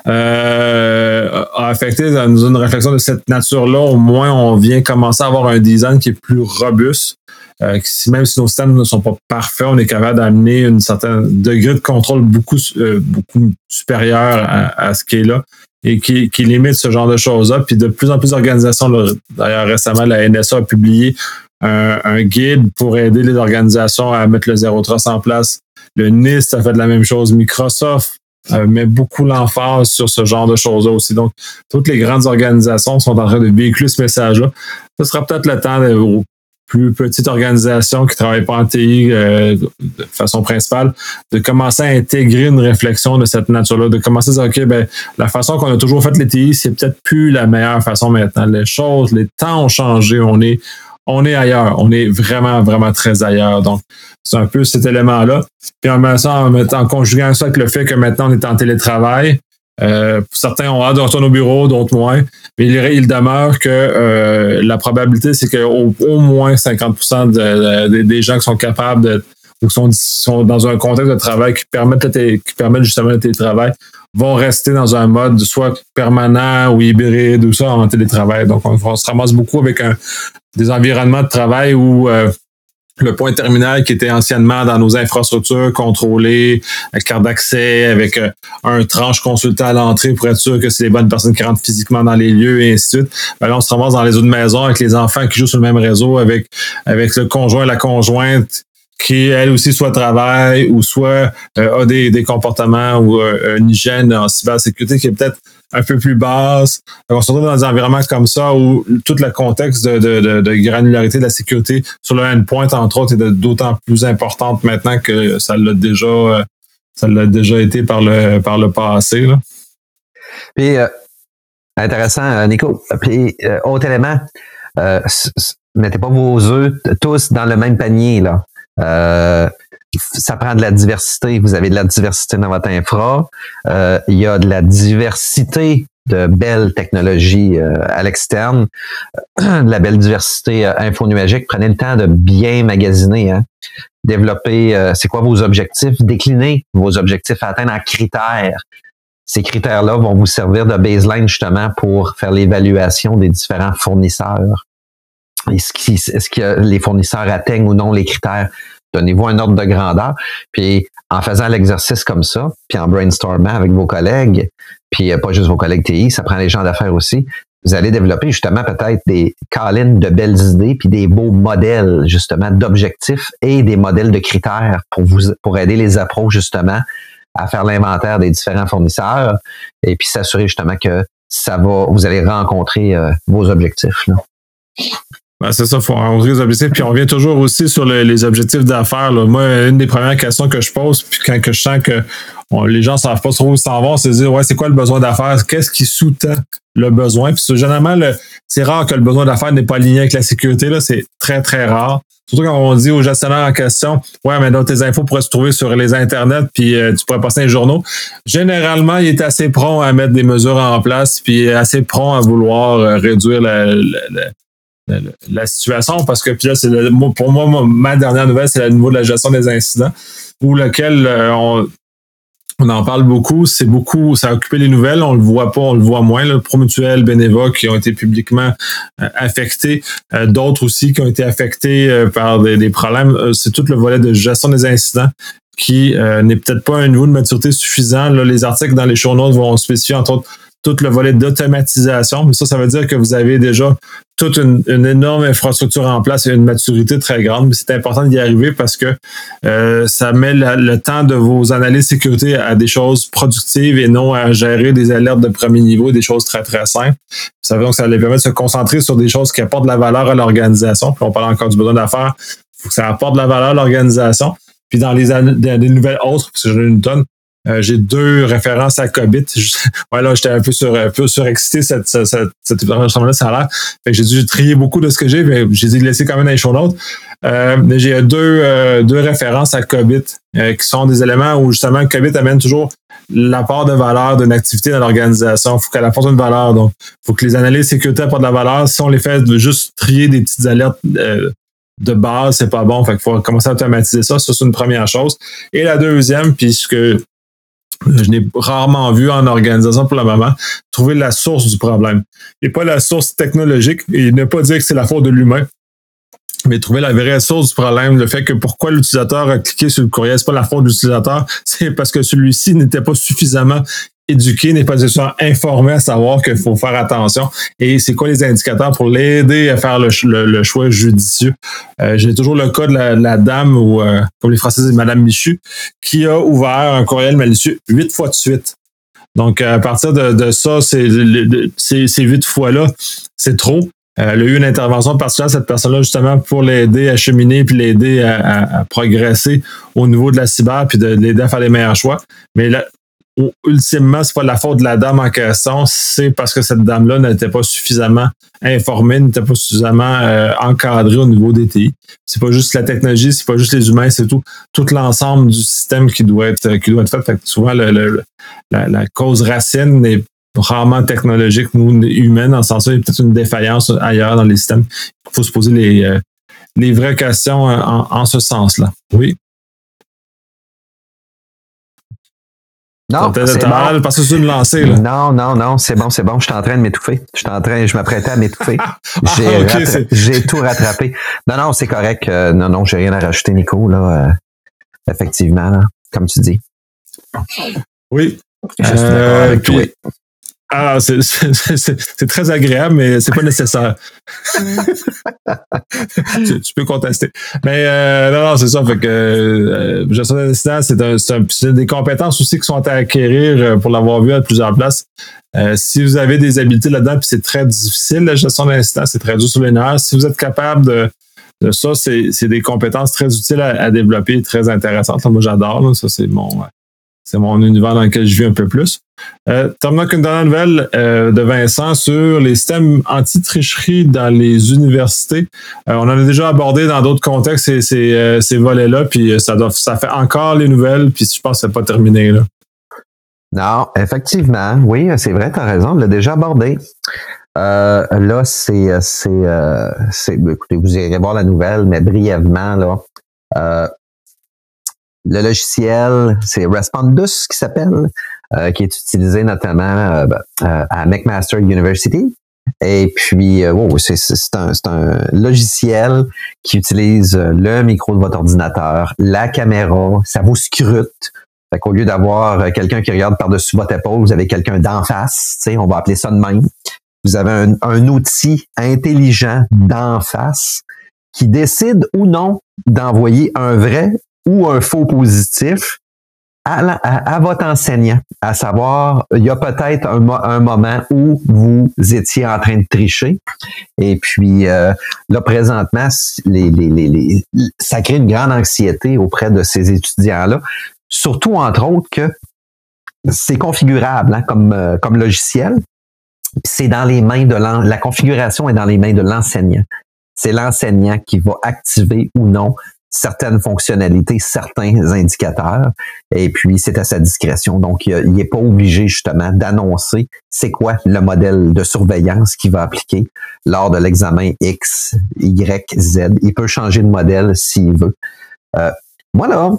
Speaker 1: euh, a affecté dans une réflexion de cette nature-là. Au moins, on vient commencer à avoir un design qui est plus robuste euh, si, même si nos systèmes ne sont pas parfaits, on est capable d'amener un certain degré de contrôle beaucoup, euh, beaucoup supérieur à, à ce qui est là et qui, qui limite ce genre de choses-là. Puis de plus en plus d'organisations, là, d'ailleurs récemment, la N S A a publié un, un guide pour aider les organisations à mettre le Zero Trust en place. Le N I S T a fait de la même chose. Microsoft euh, met beaucoup l'emphase sur ce genre de choses-là aussi. Donc, toutes les grandes organisations sont en train de véhiculer ce message-là. Ce sera peut-être le temps de, aux plus petites organisations qui ne travaillent pas en T I euh, de façon principale, de commencer à intégrer une réflexion de cette nature-là, de commencer à dire, OK, ben, la façon qu'on a toujours fait les T I, c'est peut-être plus la meilleure façon maintenant. Les choses, les temps ont changé. On est On est ailleurs. On est vraiment, vraiment très ailleurs. Donc, c'est un peu cet élément-là. Puis en même temps, en, en conjuguant ça avec le fait que maintenant, on est en télétravail, euh, certains ont hâte de retourner au bureau, d'autres moins. Mais il, il demeure que euh, la probabilité, c'est qu'au au moins cinquante pour cent de, de, des gens qui sont capables de ou qui sont, sont dans un contexte de travail qui permettent, le, qui permettent justement le télétravail vont rester dans un mode soit permanent ou hybride ou ça en télétravail. Donc, on, on se ramasse beaucoup avec un, des environnements de travail où euh, le point terminal qui était anciennement dans nos infrastructures contrôlées, avec carte d'accès, avec euh, un tranche consultant à l'entrée pour être sûr que c'est les bonnes personnes qui rentrent physiquement dans les lieux et ainsi de suite. Ben là, on se ramasse dans les autres maisons avec les enfants qui jouent sur le même réseau, avec, avec le conjoint et la conjointe qui, elle aussi, soit travaille ou soit euh, a des, des comportements ou euh, une hygiène en cybersécurité qui est peut-être un peu plus basse. Donc, on se retrouve dans des environnements comme ça où tout le contexte de, de, de, de granularité de la sécurité sur le endpoint, entre autres, est d'autant plus importante maintenant que ça l'a déjà, euh, ça l'a déjà été par le, par le passé, là.
Speaker 2: Puis, euh, intéressant, Nico. Puis, euh, autre élément, euh, mettez pas vos œufs tous dans le même panier, là. Euh, ça prend de la diversité. Vous avez de la diversité dans votre infra. Euh, il y a de la diversité de belles technologies euh, à l'externe, de la belle diversité euh, infonuagique. Prenez le temps de bien magasiner, hein. Développer, euh, c'est quoi vos objectifs? Décliner vos objectifs à atteindre en critères. Ces critères-là vont vous servir de baseline justement pour faire l'évaluation des différents fournisseurs. Est-ce que, est-ce que les fournisseurs atteignent ou non les critères? Donnez-vous un ordre de grandeur. Puis en faisant l'exercice comme ça, puis en brainstormant avec vos collègues, puis pas juste vos collègues T I, ça prend les gens d'affaires aussi, vous allez développer justement peut-être des call-ins de belles idées, puis des beaux modèles justement d'objectifs et des modèles de critères pour vous pour aider les appros justement à faire l'inventaire des différents fournisseurs et puis s'assurer justement que ça va, vous allez rencontrer euh, vos objectifs, là.
Speaker 1: Ben, c'est ça, il faut rencontrer les objectifs. Puis on revient toujours aussi sur le, les objectifs d'affaires, là. Moi, une des premières questions que je pose, puis quand que je sens que on, les gens ne savent pas trop où ils s'en vont, c'est de dire, ouais, c'est quoi le besoin d'affaires? Qu'est-ce qui sous-tend le besoin? Puis généralement, le, c'est rare que le besoin d'affaires n'est pas aligné avec la sécurité, là. C'est très, très rare. Surtout quand on dit aux gestionnaires en question, ouais, mais donc tes infos pourraient se trouver sur les internets, puis euh, tu pourrais passer les journaux. Généralement, il est assez prompt à mettre des mesures en place, puis assez prompt à vouloir euh, réduire la, la, la La, la situation, parce que puis là, c'est le, pour moi, ma dernière nouvelle, c'est le niveau de la gestion des incidents, où lequel euh, on, on en parle beaucoup, c'est beaucoup, ça a occupé les nouvelles, on le voit pas, on le voit moins, là, Promutuel, Beneva qui ont été publiquement euh, affectés, euh, d'autres aussi qui ont été affectés euh, par des, des problèmes, euh, c'est tout le volet de gestion des incidents qui euh, n'est peut-être pas à un niveau de maturité suffisant. Là, les articles dans les show notes vont spécifier entre autres tout le volet d'automatisation, mais ça, ça veut dire que vous avez déjà toute une, une énorme infrastructure en place et une maturité très grande, mais c'est important d'y arriver parce que euh, ça met la, le temps de vos analyses sécurité à des choses productives et non à gérer des alertes de premier niveau et des choses très, très simples. Ça veut donc ça les permet de se concentrer sur des choses qui apportent de la valeur à l'organisation. Puis on parle encore du besoin d'affaires, il faut que ça apporte de la valeur à l'organisation. Puis dans les, des, des nouvelles autres, parce que j'en ai une tonne, Euh, j'ai deux références à Cobit. Ouais, là, j'étais un peu sur, un peu surexcité cette, cette, cette, cette enregistrement-là, ça a l'air. Fait que j'ai dû trier beaucoup de ce que j'ai, mais j'ai laissé quand même dans les show notes. Euh, mais j'ai deux, euh, deux références à Cobit, euh, qui sont des éléments où, justement, Cobit amène toujours l'apport de valeur d'une activité dans l'organisation. Il faut qu'elle apporte une valeur. Donc, il faut que les analyses sécurité apportent de la valeur. Si on les fait de juste trier des petites alertes, euh, de base, c'est pas bon. Fait qu'il faut commencer à automatiser ça. Ça, c'est une première chose. Et la deuxième, puisque je n'ai rarement vu en organisation pour le moment, trouver la source du problème. Et pas la source technologique, et ne pas dire que c'est la faute de l'humain. mais trouver la vraie source du problème, le fait que pourquoi l'utilisateur a cliqué sur le courriel, c'est pas la faute de l'utilisateur, c'est parce que celui-ci n'était pas suffisamment éduqué, n'est pas suffisamment informé à savoir qu'il faut faire attention. Et c'est quoi les indicateurs pour l'aider à faire le, le, le choix judicieux? Euh, j'ai toujours le cas de la, de la dame, ou euh, comme les Français disent, Madame Michu, qui a ouvert un courriel malicieux huit fois de suite. Donc, à partir de, de ça, c'est, c'est, ces huit fois-là, c'est trop. Euh, elle a eu une intervention particulière, cette personne-là, justement, pour l'aider à cheminer puis l'aider à, à, à progresser au niveau de la cyber puis de l'aider à faire les meilleurs choix. Mais là, ultimement, c'est pas la faute de la dame en question, c'est parce que cette dame-là n'était pas suffisamment informée, n'était pas suffisamment euh, encadrée au niveau des T I. C'est pas juste la technologie, c'est pas juste les humains, c'est tout, tout l'ensemble du système qui doit être, qui doit être fait. Fait que souvent, le, le, la, la cause racine n'est rarement technologique, nous, humaine, dans le sens où il y a peut-être une défaillance ailleurs dans les systèmes. Il faut se poser les, euh, les vraies questions en, en ce sens-là. Oui.
Speaker 2: Non, c'est bon.
Speaker 1: Parce que c'est une lancée, là.
Speaker 2: Non, non, non, c'est bon, c'est bon. Je suis en train de m'étouffer. Je suis en train, je m'apprêtais à m'étouffer. J'ai, ah, okay, rattra- j'ai tout rattrapé. Non, non, c'est correct. Euh, non, non, j'ai rien à rajouter, Nico, là. Euh, effectivement, là, comme tu dis.
Speaker 1: Oui.
Speaker 2: Juste euh, avec
Speaker 1: puis, toi. Ah, c'est, c'est, c'est, c'est très agréable, mais c'est pas nécessaire. tu, tu peux contester. Mais euh, non, non, c'est ça. Fait que euh, gestion d'incident, c'est, un, c'est, un, c'est des compétences aussi qui sont à acquérir pour l'avoir vu à plusieurs places. Euh, si vous avez des habiletés là-dedans, puis c'est très difficile, la gestion d'incident, c'est très dur sur les nerfs. Si vous êtes capable de, de ça, c'est, c'est des compétences très utiles à, à développer, très intéressantes. Là, moi, j'adore. Là, ça, c'est mon... C'est mon univers dans lequel je vis un peu plus. Euh, terminons avec une dernière nouvelle euh, de Vincent sur les systèmes anti-tricherie dans les universités. Euh, on en a déjà abordé dans d'autres contextes ces, ces, euh, ces volets-là, puis ça, doit, ça fait encore les nouvelles, puis je pense que c'est pas terminé. Là.
Speaker 2: Non, effectivement, oui, c'est vrai, tu as raison, on l'a déjà abordé. Euh, là, c'est, c'est, euh, c'est, écoutez, vous irez voir la nouvelle, mais brièvement, là, euh, le logiciel, c'est Respondus qui s'appelle, euh, qui est utilisé notamment euh, euh, à McMaster University. Et puis, euh, oh, c'est, c'est, un, c'est un logiciel qui utilise le micro de votre ordinateur, la caméra, ça vous scrute. Fait qu'au lieu d'avoir quelqu'un qui regarde par-dessus votre épaule, vous avez quelqu'un d'en face, tu sais, on va appeler ça de même. Vous avez un, un outil intelligent d'en face qui décide ou non d'envoyer un vrai ou un faux positif à, la, à, à votre enseignant, à savoir, il y a peut-être un, un moment où vous étiez en train de tricher, et puis euh, là, présentement, les, les, les, les, ça crée une grande anxiété auprès de ces étudiants-là, surtout, entre autres, que c'est configurable hein, comme, euh, comme logiciel, puis c'est dans les mains de l'en, la configuration est dans les mains de l'enseignant. C'est l'enseignant qui va activer ou non certaines fonctionnalités, certains indicateurs, et puis c'est à sa discrétion. Donc, il n'est pas obligé justement d'annoncer c'est quoi le modèle de surveillance qu'il va appliquer lors de l'examen X, Y, Z. Il peut changer de modèle s'il veut. Euh, moi, là,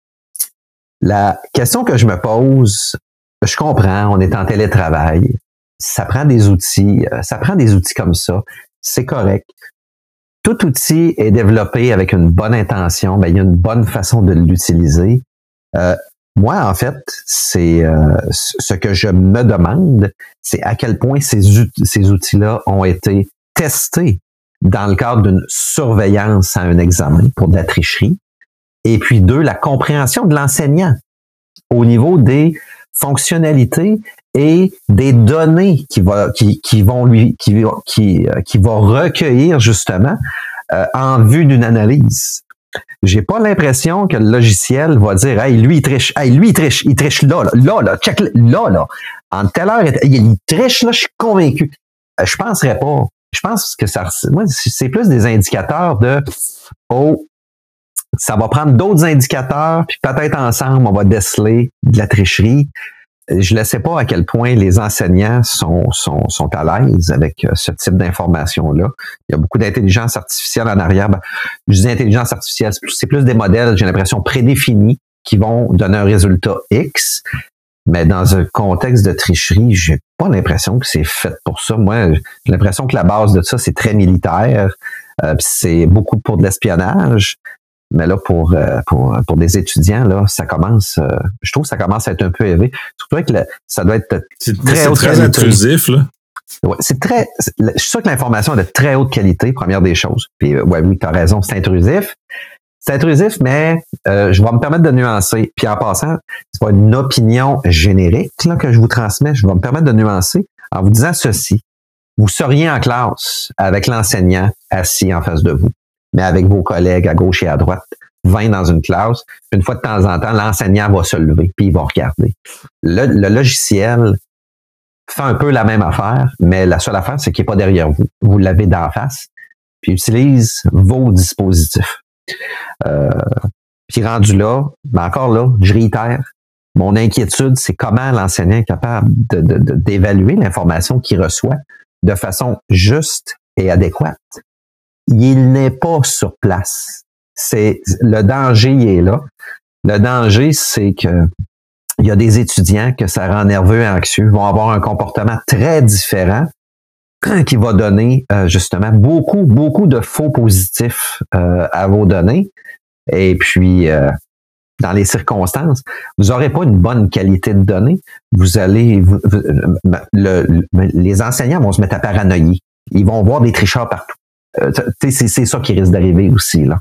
Speaker 2: la question que je me pose, je comprends, on est en télétravail, ça prend des outils, ça prend des outils comme ça, c'est correct. Tout outil est développé avec une bonne intention, ben, il y a une bonne façon de l'utiliser. Euh, moi, en fait, c'est euh, ce que je me demande, c'est à quel point ces, ces outils-là ont été testés dans le cadre d'une surveillance à un examen pour de la tricherie. Et puis deux, la compréhension de l'enseignant au niveau des fonctionnalités et des données qui va qui qui vont lui qui qui qui va recueillir justement euh, en vue d'une analyse. J'ai pas l'impression que le logiciel va dire hey lui il triche, hey lui il triche, il triche là là là, là check là là en telle heure il triche là, je suis convaincu. Euh, je penserais pas. Je pense que ça moi c'est plus des indicateurs de oh ça va prendre d'autres indicateurs puis peut-être ensemble on va déceler de la tricherie. Je ne sais pas à quel point les enseignants sont, sont, sont à l'aise avec ce type d'informations-là. Il y a beaucoup d'intelligence artificielle en arrière. Ben, je dis intelligence artificielle, c'est plus, c'est plus des modèles, j'ai l'impression, prédéfinis qui vont donner un résultat X. Mais dans un contexte de tricherie, j'ai pas l'impression que c'est fait pour ça. Moi, j'ai l'impression que la base de ça, c'est très militaire. Euh, puis c'est beaucoup pour de l'espionnage. Mais là, pour, euh, pour, pour des étudiants, là, ça commence, euh, je trouve que ça commence à être un peu élevé. Surtout que le, ça doit être
Speaker 1: c'est
Speaker 2: très,
Speaker 1: c'est
Speaker 2: haute
Speaker 1: très
Speaker 2: qualité.
Speaker 1: intrusif, là.
Speaker 2: Ouais, c'est très, c'est, je suis sûr que l'information est de très haute qualité, première des choses. Puis, euh, ouais, oui, tu as raison, c'est intrusif. C'est intrusif, mais euh, je vais me permettre de nuancer. Puis en passant, c'est pas une opinion générique là, que je vous transmets. Je vais me permettre de nuancer en vous disant ceci. Vous seriez en classe avec l'enseignant assis en face de vous, mais avec vos collègues à gauche et à droite, vingt dans une classe. Une fois de temps en temps, l'enseignant va se lever puis il va regarder. Le, le logiciel fait un peu la même affaire, mais la seule affaire, c'est qu'il n'est pas derrière vous. Vous l'avez d'en face, puis utilise vos dispositifs. Euh, puis rendu là, mais encore là, je réitère, mon inquiétude, c'est comment l'enseignant est capable de, de, de, d'évaluer l'information qu'il reçoit de façon juste et adéquate. Il n'est pas sur place. C'est, le danger, il est là. Le danger, c'est que il y a des étudiants que ça rend nerveux et anxieux, vont avoir un comportement très différent qui va donner euh, justement beaucoup, beaucoup de faux positifs euh, à vos données. Et puis, euh, dans les circonstances, vous n'aurez pas une bonne qualité de données. Vous allez, vous, vous, le, le, les enseignants vont se mettre à paranoïer. Ils vont voir des tricheurs partout. Euh, c'est, c'est ça qui risque d'arriver aussi, là.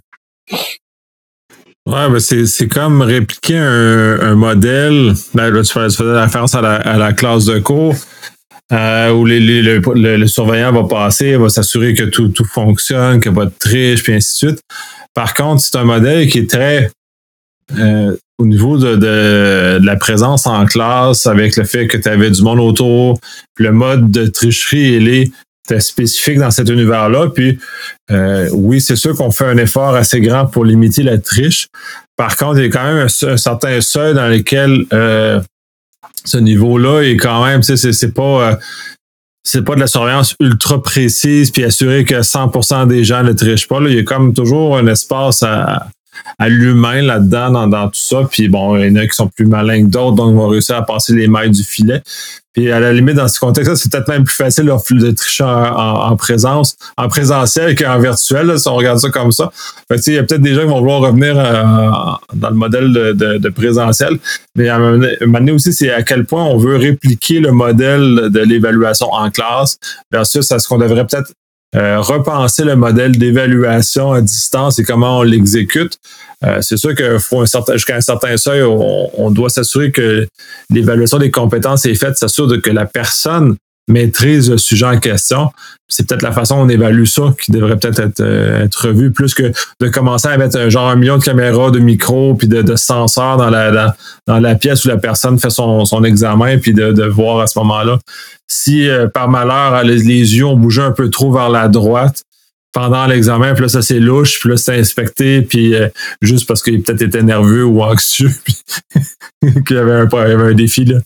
Speaker 1: Ouais, ben c'est, c'est comme répliquer un, un modèle. Ben là, tu faisais référence à la, à la classe de cours, euh, où les, les, le, le, le surveillant va passer, va s'assurer que tout, tout fonctionne, qu'il n'y a pas de triche, puis ainsi de suite. Par contre, c'est un modèle qui est très euh, au niveau de, de, de la présence en classe, avec le fait que tu avais du monde autour, puis le mode de tricherie, il est spécifique dans cet univers-là. Puis euh, oui, c'est sûr qu'on fait un effort assez grand pour limiter la triche. Par contre, il y a quand même un, un certain seuil dans lequel euh, ce niveau-là est quand même, tu sais, c'est, c'est pas euh, c'est pas de la surveillance ultra précise puis assurer que cent pour cent des gens ne trichent pas. Là. Il y a comme toujours un espace à, à l'humain là-dedans, dans, dans tout ça. Puis bon, il y en a qui sont plus malins que d'autres, donc vont réussir à passer les mailles du filet. Puis à la limite, dans ce contexte-là, c'est peut-être même plus facile là, de tricher en, en, en présence, en présentiel qu'en virtuel, là, si on regarde ça comme ça. Fait que, il y a peut-être des gens qui vont vouloir revenir euh, dans le modèle de, de, de présentiel. Mais à un moment donné aussi, c'est à quel point on veut répliquer le modèle de l'évaluation en classe versus à ce qu'on devrait peut-être Euh, repenser le modèle d'évaluation à distance et comment on l'exécute. Euh, c'est sûr que faut un certain, jusqu'à un certain seuil, on, on doit s'assurer que l'évaluation des compétences est faite, s'assurer de, que la personne maîtrise le sujet en question. C'est peut-être la façon dont on évalue ça qui devrait peut-être être, euh, être revue, plus que de commencer à mettre un, genre un million de caméras, de micros, puis de, de senseurs dans la, dans, dans la pièce où la personne fait son, son examen, puis de, de voir à ce moment-là si euh, par malheur les, les yeux ont bougé un peu trop vers la droite pendant l'examen, puis là ça c'est louche, puis là c'est inspecté, puis euh, juste parce qu'il peut-être était nerveux ou anxieux, puis qu'il y avait un, il y avait un défi là.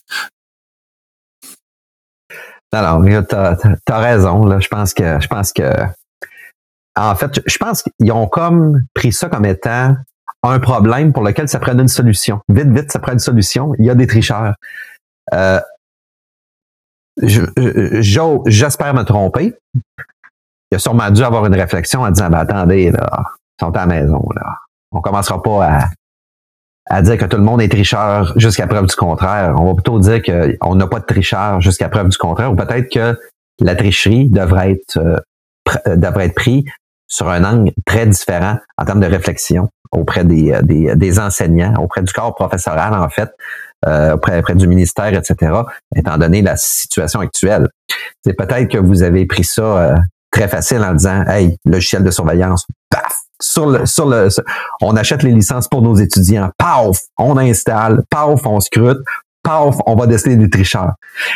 Speaker 2: Alors, t'as, t'as, t'as raison, là. Je pense que, je pense que, en fait, je pense qu'ils ont comme pris ça comme étant un problème pour lequel ça prend une solution. Vite, vite, ça prend une solution. Il y a des tricheurs. Euh, je, je, j'espère me tromper. Il a sûrement dû avoir une réflexion en disant, ben, attendez, là, ils sont à la maison, là. On commencera pas à, à dire que tout le monde est tricheur jusqu'à preuve du contraire. On va plutôt dire qu'on n'a pas de tricheur jusqu'à preuve du contraire, ou peut-être que la tricherie devrait être, euh, pr- devrait être prise sur un angle très différent en termes de réflexion auprès des, des, des enseignants, auprès du corps professoral, en fait, euh, auprès, auprès du ministère, et cetera, étant donné la situation actuelle. C'est peut-être que vous avez pris ça euh, très facile en disant, hey, logiciel de surveillance, paf! Sur le, sur le, sur, on achète les licences pour nos étudiants. Paf! On installe. Paf! On scrute. Paf! On va déceler des tricheurs.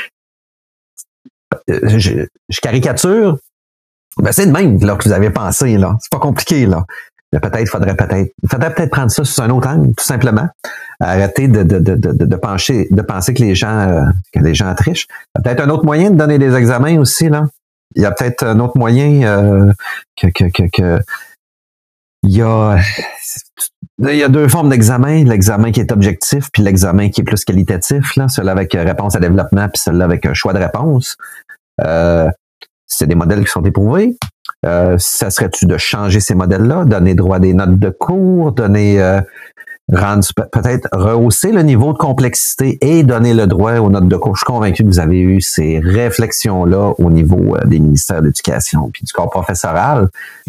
Speaker 2: Je, je caricature. Ben, c'est le même, là, que vous avez pensé, là. C'est pas compliqué, là. Mais peut-être, faudrait peut-être, faudrait peut-être prendre ça sous un autre angle, tout simplement. Arrêter de, de, de, de, de pencher, de penser que les gens, euh, que les gens trichent. Il y a peut-être un autre moyen de donner des examens aussi, là. Il y a peut-être un autre moyen, euh, que, que, que, que, Il y a, il y a deux formes d'examen, l'examen qui est objectif, puis l'examen qui est plus qualitatif, là, celui avec réponse à développement, puis celui avec un choix de réponse. Euh, c'est des modèles qui sont éprouvés. Euh, ça serait-tu de changer ces modèles-là, donner droit à des notes de cours, donner euh, rendre peut-être rehausser le niveau de complexité et donner le droit aux notes de cours. Je suis convaincu que vous avez eu ces réflexions-là au niveau euh, des ministères de l'Éducation puis du corps professoral.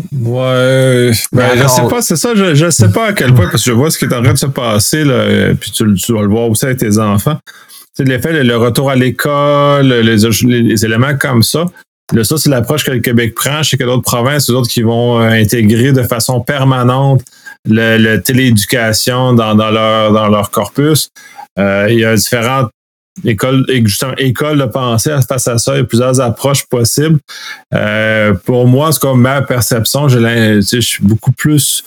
Speaker 1: Ouais, ben, je sais pas, c'est ça, je, je sais pas à quel point, parce que je vois ce qui est en train de se passer, là, puis tu, tu vas le voir aussi avec tes enfants. Tu sais, l'effet, le, le retour à l'école, les, les, les éléments comme ça. Là, ça, c'est l'approche que le Québec prend. Je sais que d'autres provinces, d'autres qui vont euh, intégrer de façon permanente le, le télééducation dans, dans, leur, dans leur corpus. Euh, il y a différentes écoles, justement, écoles de pensée face à ça. Il y a plusieurs approches possibles. Euh, pour moi, c'est comme ma perception. Je, tu sais, je suis beaucoup plus...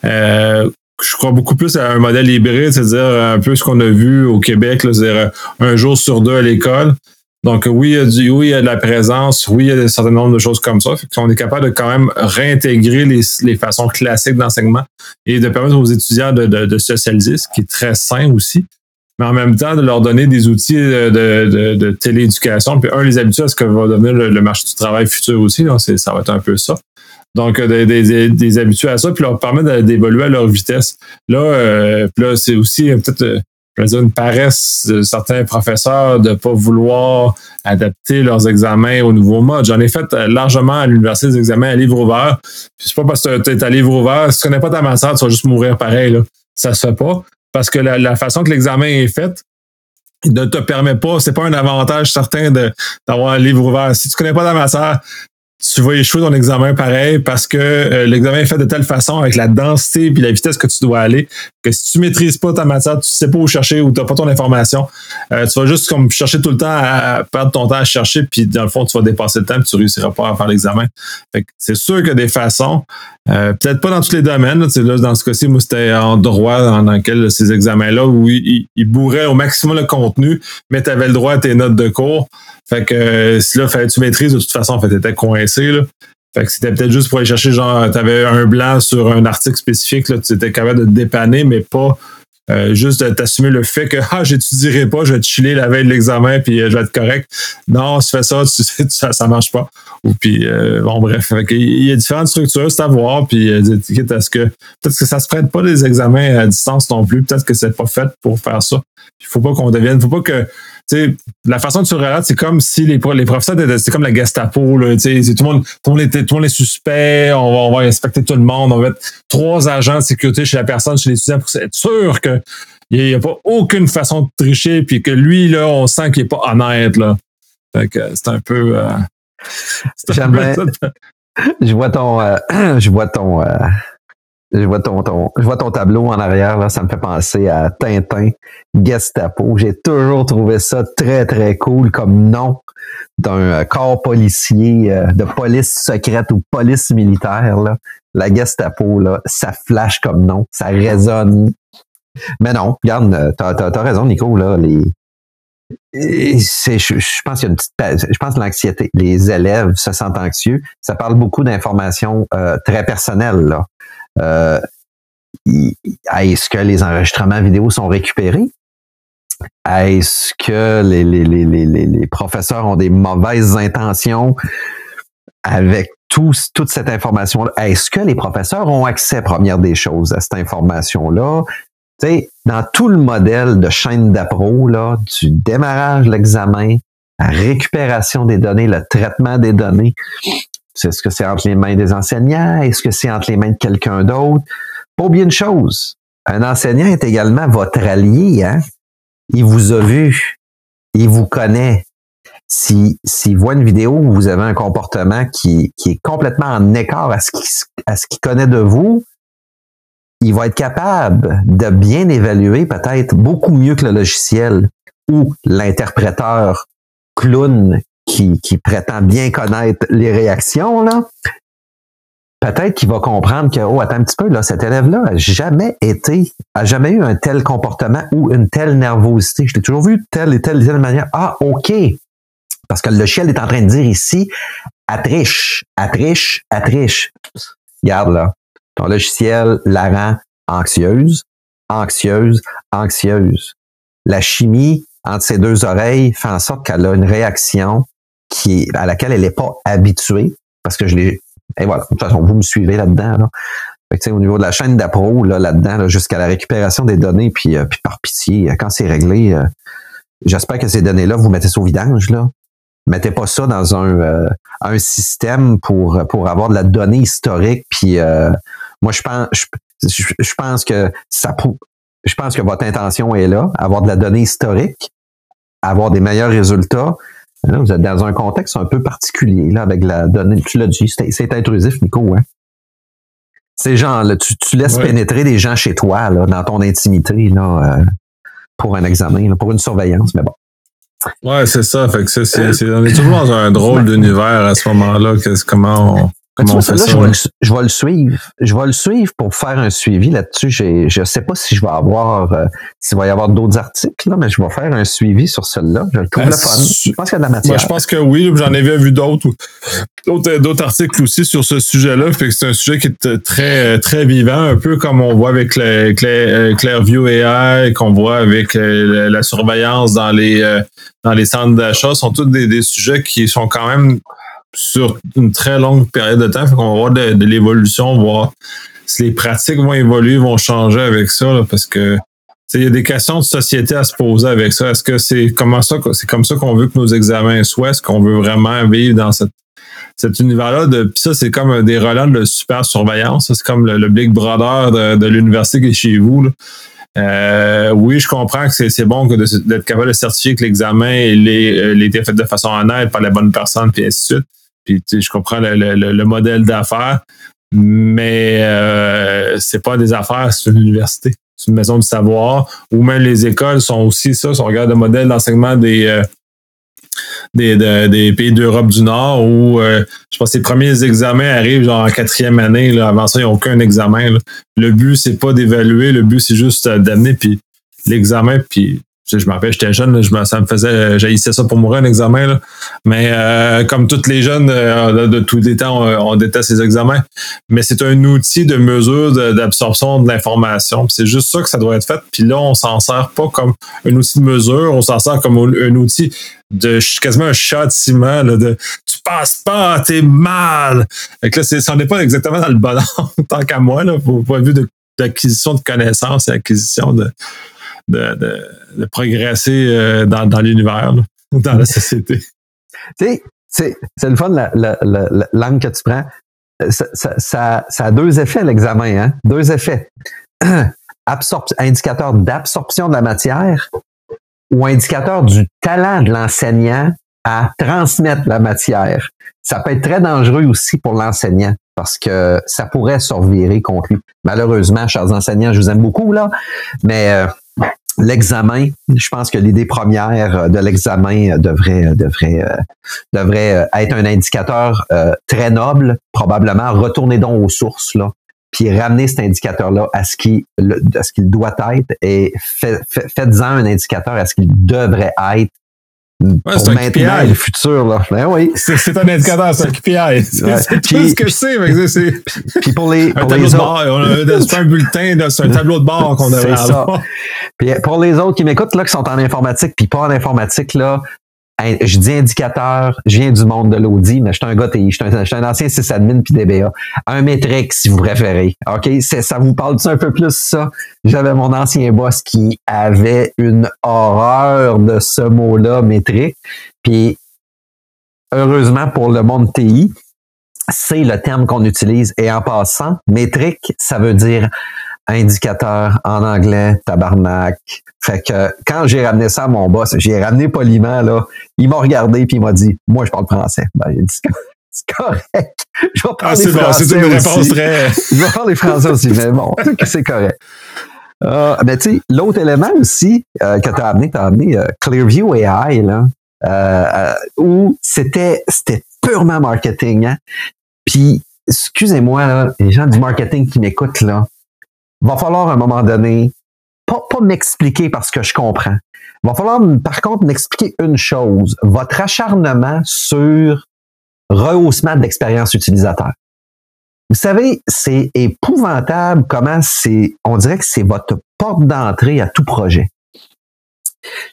Speaker 1: Euh, je crois beaucoup plus à un modèle hybride, c'est-à-dire un peu ce qu'on a vu au Québec, là, c'est-à-dire un jour sur deux à l'école. Donc oui, il y a du, oui, il y a de la présence, oui, il y a un certain nombre de choses comme ça. Fait qu'on est capable de quand même réintégrer les, les façons classiques d'enseignement et de permettre aux étudiants de, de, de socialiser, ce qui est très sain aussi. Mais en même temps, de leur donner des outils de, de, de télééducation, puis un, les habituer à ce que va devenir le, le marché du travail futur aussi, là, c'est, ça va être un peu ça. Donc, des, des, des habitués à ça, puis leur permettre d'évoluer à leur vitesse. Là, euh, puis là, c'est aussi euh, peut-être, euh, je veux dire, une paresse de certains professeurs de ne pas vouloir adapter leurs examens au nouveau mode. J'en ai fait euh, largement à l'université des examens à livre ouvert. Puis c'est pas parce que tu es à livre ouvert, si tu connais pas ta matière, tu vas juste mourir pareil. Là. Ça se fait pas. Parce que la, la façon que l'examen est fait, il ne te permet pas, c'est pas un avantage certain de, d'avoir un livre ouvert. Si tu connais pas ta matière, tu vas échouer ton examen pareil parce que euh, l'examen est fait de telle façon avec la densité et la vitesse que tu dois aller que si tu maîtrises pas ta matière, tu sais pas où chercher ou tu n'as pas ton information, euh, tu vas juste comme chercher tout le temps à, à perdre ton temps à chercher puis dans le fond, tu vas dépasser le temps et tu réussiras pas à faire l'examen. Fait que c'est sûr qu'il y a des façons, euh, peut-être pas dans tous les domaines. Là, là, dans ce cas-ci, moi, c'était en droit dans, dans lequel ces examens-là où ils, ils bourraient au maximum le contenu, mais tu avais le droit à tes notes de cours. Fait que euh, si là, fallait que tu maîtrises, de toute façon, fait, t'étais coincé, là. Fait que c'était peut-être juste pour aller chercher, genre, t'avais un blanc sur un article spécifique, là, tu étais capable de te dépanner, mais pas euh, juste de t'assumer le fait que, ah, j'étudierai pas, je vais te chiller la veille de l'examen, puis euh, je vais être correct. Non, si tu fais ça, tu sais, ça, ça marche pas. Ou puis, euh, bon, bref. Fait que, il y a différentes structures, c'est à voir, puis euh, quitte à ce que, peut-être que ça se prête pas des examens à distance non plus, peut-être que c'est pas fait pour faire ça. Il faut pas qu'on devienne, faut pas que, tu sais, la façon dont tu relates, c'est comme si les, les professeurs, c'est comme la Gestapo, là, tu sais, tout le monde, tout le monde est, tout le monde est suspect, on va, on va inspecter tout le monde, on va mettre trois agents de sécurité chez la personne, chez l'étudiant pour être sûr que il n'y a pas aucune façon de tricher, puis que lui, là, on sent qu'il est pas honnête, là. Fait que c'est un peu, euh,
Speaker 2: c'est un peu ça. Je vois ton, euh, je vois ton, euh, je vois ton, ton, je vois ton tableau en arrière, là, ça me fait penser à Tintin, Gestapo. J'ai toujours trouvé ça très, très cool comme nom d'un corps policier, euh, de police secrète ou police militaire, là. La Gestapo, là, ça flash comme nom, ça résonne. Mais non, regarde, t'as, t'as, t'as raison, Nico, là, les, c'est, je, je pense qu'il y a une petite, je pense que l'anxiété, les élèves se sentent anxieux. Ça parle beaucoup d'informations euh, très personnelles, là. Euh, est-ce que les enregistrements vidéo sont récupérés? Est-ce que les, les, les, les, les professeurs ont des mauvaises intentions avec tout, toute cette information-là? Est-ce que les professeurs ont accès, première des choses, à cette information-là? Tu sais, dans tout le modèle de chaîne d'appro, là, du démarrage de l'examen, la récupération des données, le traitement des données, est-ce que c'est entre les mains des enseignants? Est-ce que c'est entre les mains de quelqu'un d'autre? Pas oublier une chose, un enseignant est également votre allié, hein? Il vous a vu, il vous connaît. Si, s'il voit une vidéo où vous avez un comportement qui, qui est complètement en écart à ce qu'il, à ce qu'il connaît de vous, il va être capable de bien évaluer peut-être beaucoup mieux que le logiciel ou l'interpréteur clown qui, qui prétend bien connaître les réactions, là. Peut-être qu'il va comprendre que, oh, attends un petit peu, là, cet élève-là a jamais été, a jamais eu un tel comportement ou une telle nervosité. Je l'ai toujours vu de telle et telle et telle manière. Ah, OK. Parce que le logiciel est en train de dire ici, elle triche, elle triche, elle triche. Regarde, là. Ton logiciel la rend anxieuse, anxieuse, anxieuse. La chimie entre ses deux oreilles fait en sorte qu'elle a une réaction qui est, à laquelle elle n'est pas habituée, parce que je l'ai et voilà. De toute façon, vous me suivez là-dedans. Là. Fait que, au niveau de la chaîne d'appro, là, là-dedans, là, jusqu'à la récupération des données, puis, euh, puis par pitié, quand c'est réglé, euh, j'espère que ces données-là, vous mettez ça au vidange, là. Mettez pas ça dans un, euh, un système pour, pour avoir de la donnée historique. Puis euh, moi, je pense, je, je pense que ça, je pense que votre intention est là, avoir de la donnée historique, avoir des meilleurs résultats. Là, vous êtes dans un contexte un peu particulier là, avec la donnée. Tu l'as dit, c'est, c'est intrusif, Nico. Hein? Ces gens-là, tu, tu laisses ouais. pénétrer des gens chez toi, là, dans ton intimité, là, euh, pour un examen, là, pour une surveillance. Mais bon.
Speaker 1: Ouais, c'est ça. Fait que c'est, c'est, c'est, on est toujours dans un drôle d'univers à ce moment-là. Qu'est-ce, comment on, comment on fait ça?
Speaker 2: Là, je, vais le, je vais le suivre. Je vais le suivre pour faire un suivi là-dessus. J'ai, je sais pas si je vais avoir, euh, s'il va y avoir d'autres articles, là, mais je vais faire un suivi sur celui-là. Je le trouve euh, le fun. Je pense qu'il y a de la matière.
Speaker 1: Moi, je pense que oui. J'en avais vu d'autres, d'autres, d'autres articles aussi sur ce sujet-là. Fait que c'est un sujet qui est très, très vivant, un peu comme on voit avec le, Claire, Clairview A I, qu'on voit avec la, la surveillance dans les, euh, dans les centres d'achat, sont tous des, des sujets qui sont quand même sur une très longue période de temps. Fait qu'on va voir de, de l'évolution, voir si les pratiques vont évoluer, vont changer avec ça, là, parce que il y a des questions de société à se poser avec ça. Est-ce que c'est comment ça, c'est comme ça qu'on veut que nos examens soient? Est-ce qu'on veut vraiment vivre dans cette, cet univers-là? De, puis ça, c'est comme des relents de super surveillance. Ça, c'est comme le, le Big Brother de, de l'université qui est chez vous, là. Euh, oui, je comprends que c'est, c'est bon que de, d'être capable de certifier que l'examen il est, il était fait de façon honnête par la bonne personne, puis ainsi de suite. Puis tu sais, je comprends le, le, le modèle d'affaires, mais euh, c'est pas des affaires, c'est une université, c'est une maison de savoir. Ou même les écoles sont aussi ça. Si on regarde le modèle d'enseignement des euh, Des, de, des pays d'Europe du Nord où euh, je pense que les premiers examens arrivent genre en quatrième année. Là. Avant ça, il n'y a aucun examen. Là. Le but, c'est pas d'évaluer, le but, c'est juste d'amener puis l'examen. Puis tu sais, je me rappelle, j'étais jeune, là, je me, ça me faisait, j'haïssais ça pour mourir un examen. Là. Mais euh, comme tous les jeunes euh, de, de tous les temps, on, on déteste les examens. Mais c'est un outil de mesure de, d'absorption de l'information. Puis c'est juste ça que ça doit être fait. Puis là, on s'en sert pas comme un outil de mesure, on s'en sert comme un outil de quasiment un châtiment là, de tu passes pas, t'es mal. Fait que là, c'est, ça n'est pas exactement dans le bon ordre, tant qu'à moi, là, pour point de vue de, d'acquisition de connaissances et acquisition de, de, de, de progresser euh, dans, dans l'univers, là, dans la société.
Speaker 2: Tu sais, c'est, c'est le fun, la, la, la, la langue que tu prends. Ça, ça, ça, ça a deux effets, l'examen, hein? Deux effets. Absorp- indicateur d'absorption de la matière ou indicateur du talent de l'enseignant à transmettre la matière. Ça peut être très dangereux aussi pour l'enseignant parce que ça pourrait se revirer contre lui. Malheureusement, chers enseignants, je vous aime beaucoup, là, mais euh, l'examen, je pense que l'idée première de l'examen devrait devrait euh, devrait être un indicateur euh, très noble, probablement. Retournez donc aux sources, là, puis ramener cet indicateur-là à ce qu'il à ce qu'il doit être et fait, fait, faites-en un indicateur à ce qu'il devrait être
Speaker 1: ouais,
Speaker 2: pour
Speaker 1: c'est
Speaker 2: maintenant et le futur. Là. Ben oui.
Speaker 1: C'est, c'est un indicateur, c'est un K P I. C'est, ouais. c'est tout puis, ce que je sais. Mais c'est, c'est...
Speaker 2: Puis pour les, pour
Speaker 1: un
Speaker 2: les
Speaker 1: autres...
Speaker 2: bord,
Speaker 1: on a, c'est pas un bulletin, c'est un tableau de bord qu'on devrait
Speaker 2: c'est
Speaker 1: avoir.
Speaker 2: Ça. Puis pour les autres qui m'écoutent, là, qui sont en informatique, puis pas en informatique, là, je dis indicateur, je viens du monde de l'audit, mais je suis un gars T I, je suis un, je suis un ancien sysadmin puis D B A. Un métrique, si vous préférez. OK? C'est, ça vous parle-tu un peu plus, ça? J'avais mon ancien boss qui avait une horreur de ce mot-là, métrique. Puis, heureusement pour le monde T I, c'est le terme qu'on utilise. Et en passant, métrique, ça veut dire indicateur en anglais, tabarnak. Fait que quand j'ai ramené ça à mon boss, j'ai ramené poliment, là, il m'a regardé puis il m'a dit, moi, je parle français. Ben, il a dit, c'est correct. Je vais parler
Speaker 1: ah, c'est
Speaker 2: français
Speaker 1: bon, c'est une réponse
Speaker 2: aussi.
Speaker 1: très...
Speaker 2: Je vais parler français aussi, mais bon, c'est correct. Euh, mais tu sais, l'autre élément aussi euh, que tu as amené, tu as amené euh, Clairview A I, là, euh, euh, où c'était, c'était purement marketing. Hein? Puis, excusez-moi, là, les gens du marketing qui m'écoutent, là, va falloir à un moment donné, pas, pas m'expliquer parce que je comprends. Va falloir, par contre, m'expliquer une chose. Votre acharnement sur rehaussement de l'expérience utilisateur. Vous savez, c'est épouvantable comment c'est, on dirait que c'est votre porte d'entrée à tout projet.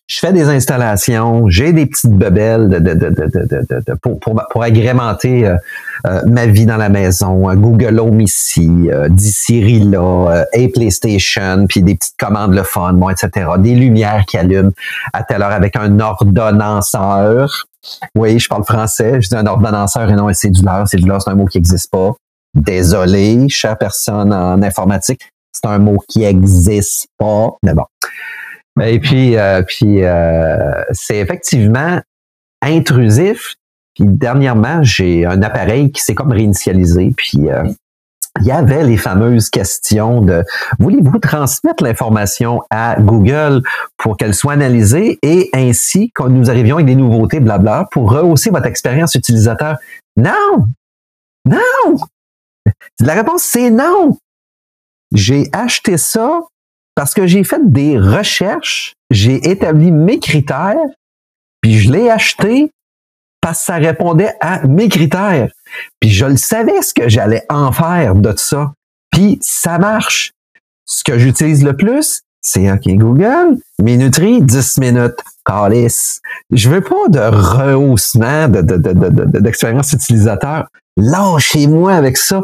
Speaker 2: je fais des installations, j'ai des petites bebelles de, de, de, de, de, de, de, pour, pour, pour agrémenter euh, euh, ma vie dans la maison. Google Home ici, euh, D-Siri là, euh, PlayStation, puis des petites commandes le fun, bon, et cetera. Des lumières qui allument à telle heure avec un ordonnanceur. Oui, je parle français, je dis un ordonnanceur et non un cédulaire. Cédulaire, c'est un mot qui n'existe pas. Désolé, chère personne en informatique, c'est un mot qui n'existe pas, mais bon. Et puis, euh, puis euh, c'est effectivement intrusif. Puis dernièrement, j'ai un appareil qui s'est comme réinitialisé. Puis euh, il y avait les fameuses questions de voulez-vous transmettre l'information à Google pour qu'elle soit analysée et ainsi quand nous arrivions avec des nouveautés, blabla, pour rehausser votre expérience utilisateur. Non! Non! La réponse, c'est non! J'ai acheté ça parce que j'ai fait des recherches, j'ai établi mes critères, puis je l'ai acheté parce que ça répondait à mes critères. Puis je le savais ce que j'allais en faire de ça. Puis ça marche. Ce que j'utilise le plus, c'est OK Google, minuterie, dix minutes. Calice. Je veux pas de rehaussement de, de, de, de, de, d'expérience utilisateur. Lâchez-moi avec ça.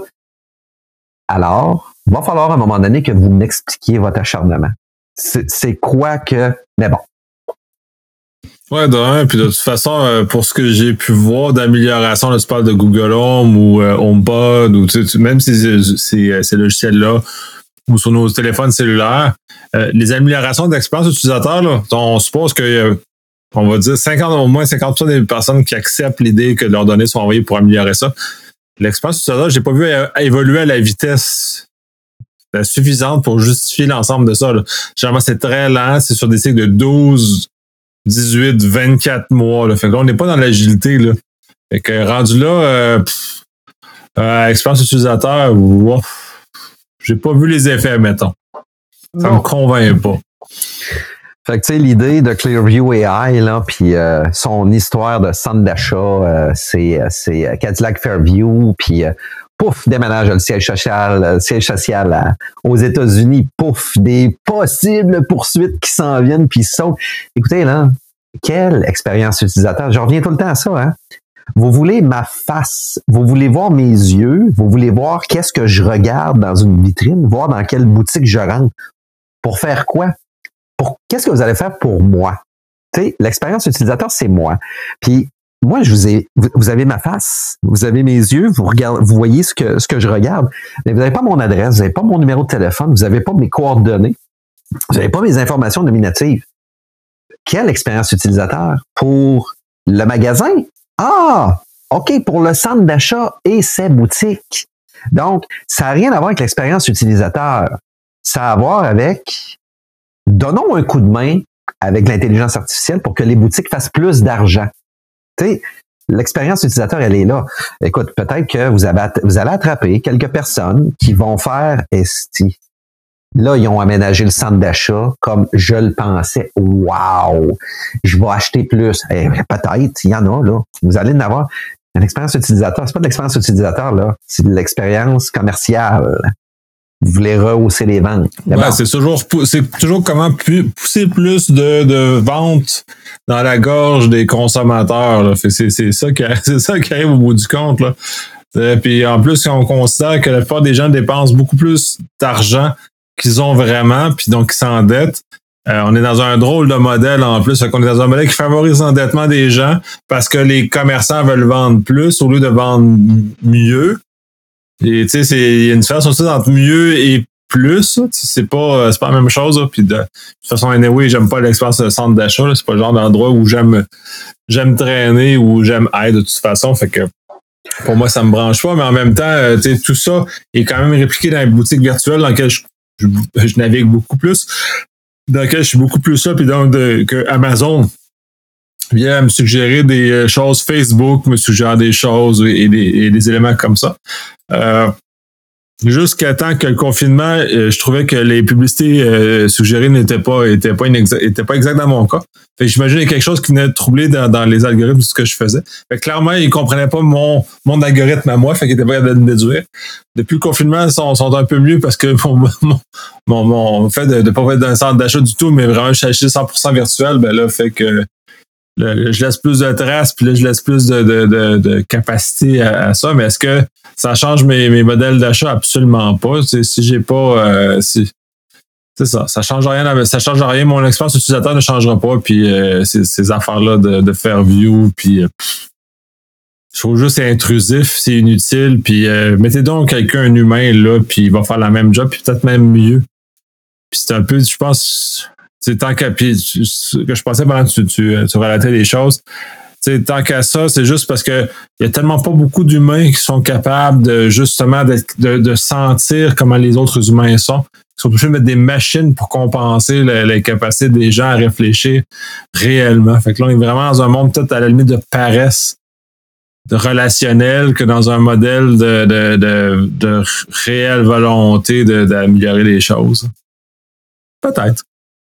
Speaker 2: Alors, il va falloir à un moment donné que vous m'expliquiez votre acharnement. C'est, c'est quoi que... Mais bon.
Speaker 1: Ouais, de un, puis de toute façon, pour ce que j'ai pu voir d'amélioration, là, tu parles de Google Home ou euh, HomePod, ou tu sais, même ces, ces, ces logiciels-là, ou sur nos téléphones cellulaires, euh, les améliorations d'expérience utilisateur, là, on suppose que euh, on va dire cinquante, au moins cinquante pour cent des personnes qui acceptent l'idée que leurs données sont envoyées pour améliorer ça. L'expérience utilisateur, j'ai pas vu évoluer à la vitesse suffisante pour justifier l'ensemble de ça. Là. Généralement, c'est très lent, c'est sur des cycles de douze, dix-huit, vingt-quatre mois. Là. Fait que là, on n'est pas dans l'agilité. Là. Fait que rendu là, euh, pff, euh, expérience utilisateur, wow, j'ai pas vu les effets, mettons. Ça non. me convainc pas.
Speaker 2: Fait que tu sais, l'idée de Clearview A I, là, puis euh, son histoire de centre d'achat, euh, c'est, c'est Cadillac Fairview, puis euh, pouf, déménage le siège social, le siège social à, aux États-Unis, pouf, des possibles poursuites qui s'en viennent, puis ça. Écoutez, là, quelle expérience utilisateur. Je reviens tout le temps à ça, hein. Vous voulez ma face, vous voulez voir mes yeux, vous voulez voir qu'est-ce que je regarde dans une vitrine, voir dans quelle boutique je rentre. Pour faire quoi? Pour, qu'est-ce que vous allez faire pour moi? Tu sais, l'expérience utilisateur, c'est moi. Puis, moi, je vous ai, vous avez ma face, vous avez mes yeux, vous regardez, vous voyez ce que, ce que je regarde, mais vous n'avez pas mon adresse, vous n'avez pas mon numéro de téléphone, vous n'avez pas mes coordonnées, vous n'avez pas mes informations nominatives. Quelle expérience utilisateur? Pour le magasin? Ah! OK, pour le centre d'achat et ses boutiques. Donc, ça n'a rien à voir avec l'expérience utilisateur. Ça a à voir avec, donnons un coup de main avec l'intelligence artificielle pour que les boutiques fassent plus d'argent. Tu sais, l'expérience utilisateur, elle est là. Écoute, peut-être que vous, avez, vous allez attraper quelques personnes qui vont faire esti. Là, ils ont aménagé le centre d'achat comme je le pensais. Wow! Je vais acheter plus. Eh, peut-être, il y en a, là. Vous allez en avoir. L'expérience utilisateur, c'est pas de l'expérience utilisateur, là. C'est de l'expérience commerciale. Vous voulez rehausser les ventes.
Speaker 1: Ouais, bon. c'est toujours, c'est toujours comment pousser plus de, de ventes dans la gorge des consommateurs, là. C'est, c'est, ça qui, c'est ça qui arrive au bout du compte, là. Et puis, en plus, on considère que la plupart des gens dépensent beaucoup plus d'argent qu'ils ont vraiment, puis donc ils s'endettent. Euh, on est dans un drôle de modèle en plus. Fait qu'on est dans un modèle qui favorise l'endettement des gens parce que les commerçants veulent vendre plus au lieu de vendre mieux. Et tu sais, c'est il y a une différence aussi entre mieux et plus. C'est pas c'est pas la même chose. Là. Puis de, de toute façon, anyway, j'aime pas l'expérience de centre d'achat. Là. C'est pas le genre d'endroit où j'aime j'aime traîner ou j'aime être de toute façon. Fait que pour moi, ça me branche pas. Mais en même temps, tu sais, tout ça est quand même répliqué dans les boutiques virtuelles dans lesquelles je Je, je navigue beaucoup plus, dans lequel je suis beaucoup plus ça, puis donc de, que Amazon vient me suggérer des choses, Facebook me suggère des choses et des, et des éléments comme ça. Euh, jusqu'à temps que le confinement, euh, je trouvais que les publicités euh, suggérées n'étaient pas, étaient pas, inexa- étaient pas exactes dans mon cas. Fait que j'imagine qu'il y a quelque chose qui venait de troubler dans, dans les algorithmes de ce que je faisais. Fait que clairement, ils comprenaient pas mon, mon algorithme à moi, fait qu'ils étaient pas capables de me déduire. Depuis le confinement, ils sont, sont un peu mieux parce que mon, mon, mon, mon fait de ne pas être dans un centre d'achat du tout, mais vraiment acheter cent pour cent virtuel, ben là, fait que là, je laisse plus de traces, puis là, je laisse plus de, de, de, de capacité à, à ça. Mais est-ce que ça change mes, mes modèles d'achat? Absolument pas. T'sais, si j'ai pas... Euh, si, c'est ça, ça change rien, ça change rien. Mon expérience utilisateur ne changera pas. Puis euh, ces, ces affaires-là de, de faire view, puis euh, je trouve juste c'est intrusif, c'est inutile. Puis euh, mettez donc quelqu'un, un humain là, puis il va faire la même job, puis peut-être même mieux. Puis c'est un peu, je pense, c'est tant qu'à, puis que je pensais pendant que tu, tu, tu relatais les choses. T'sais, tant qu'à ça, c'est juste parce que il y a tellement pas beaucoup d'humains qui sont capables de justement de, de, de sentir comment les autres humains sont. Ils sont obligés de mettre des machines pour compenser les, les capacités des gens à réfléchir réellement. Fait que là, on est vraiment dans un monde peut-être à la limite de paresse, de relationnel, que dans un modèle de, de, de, de réelle volonté de, d'améliorer les choses. Peut-être.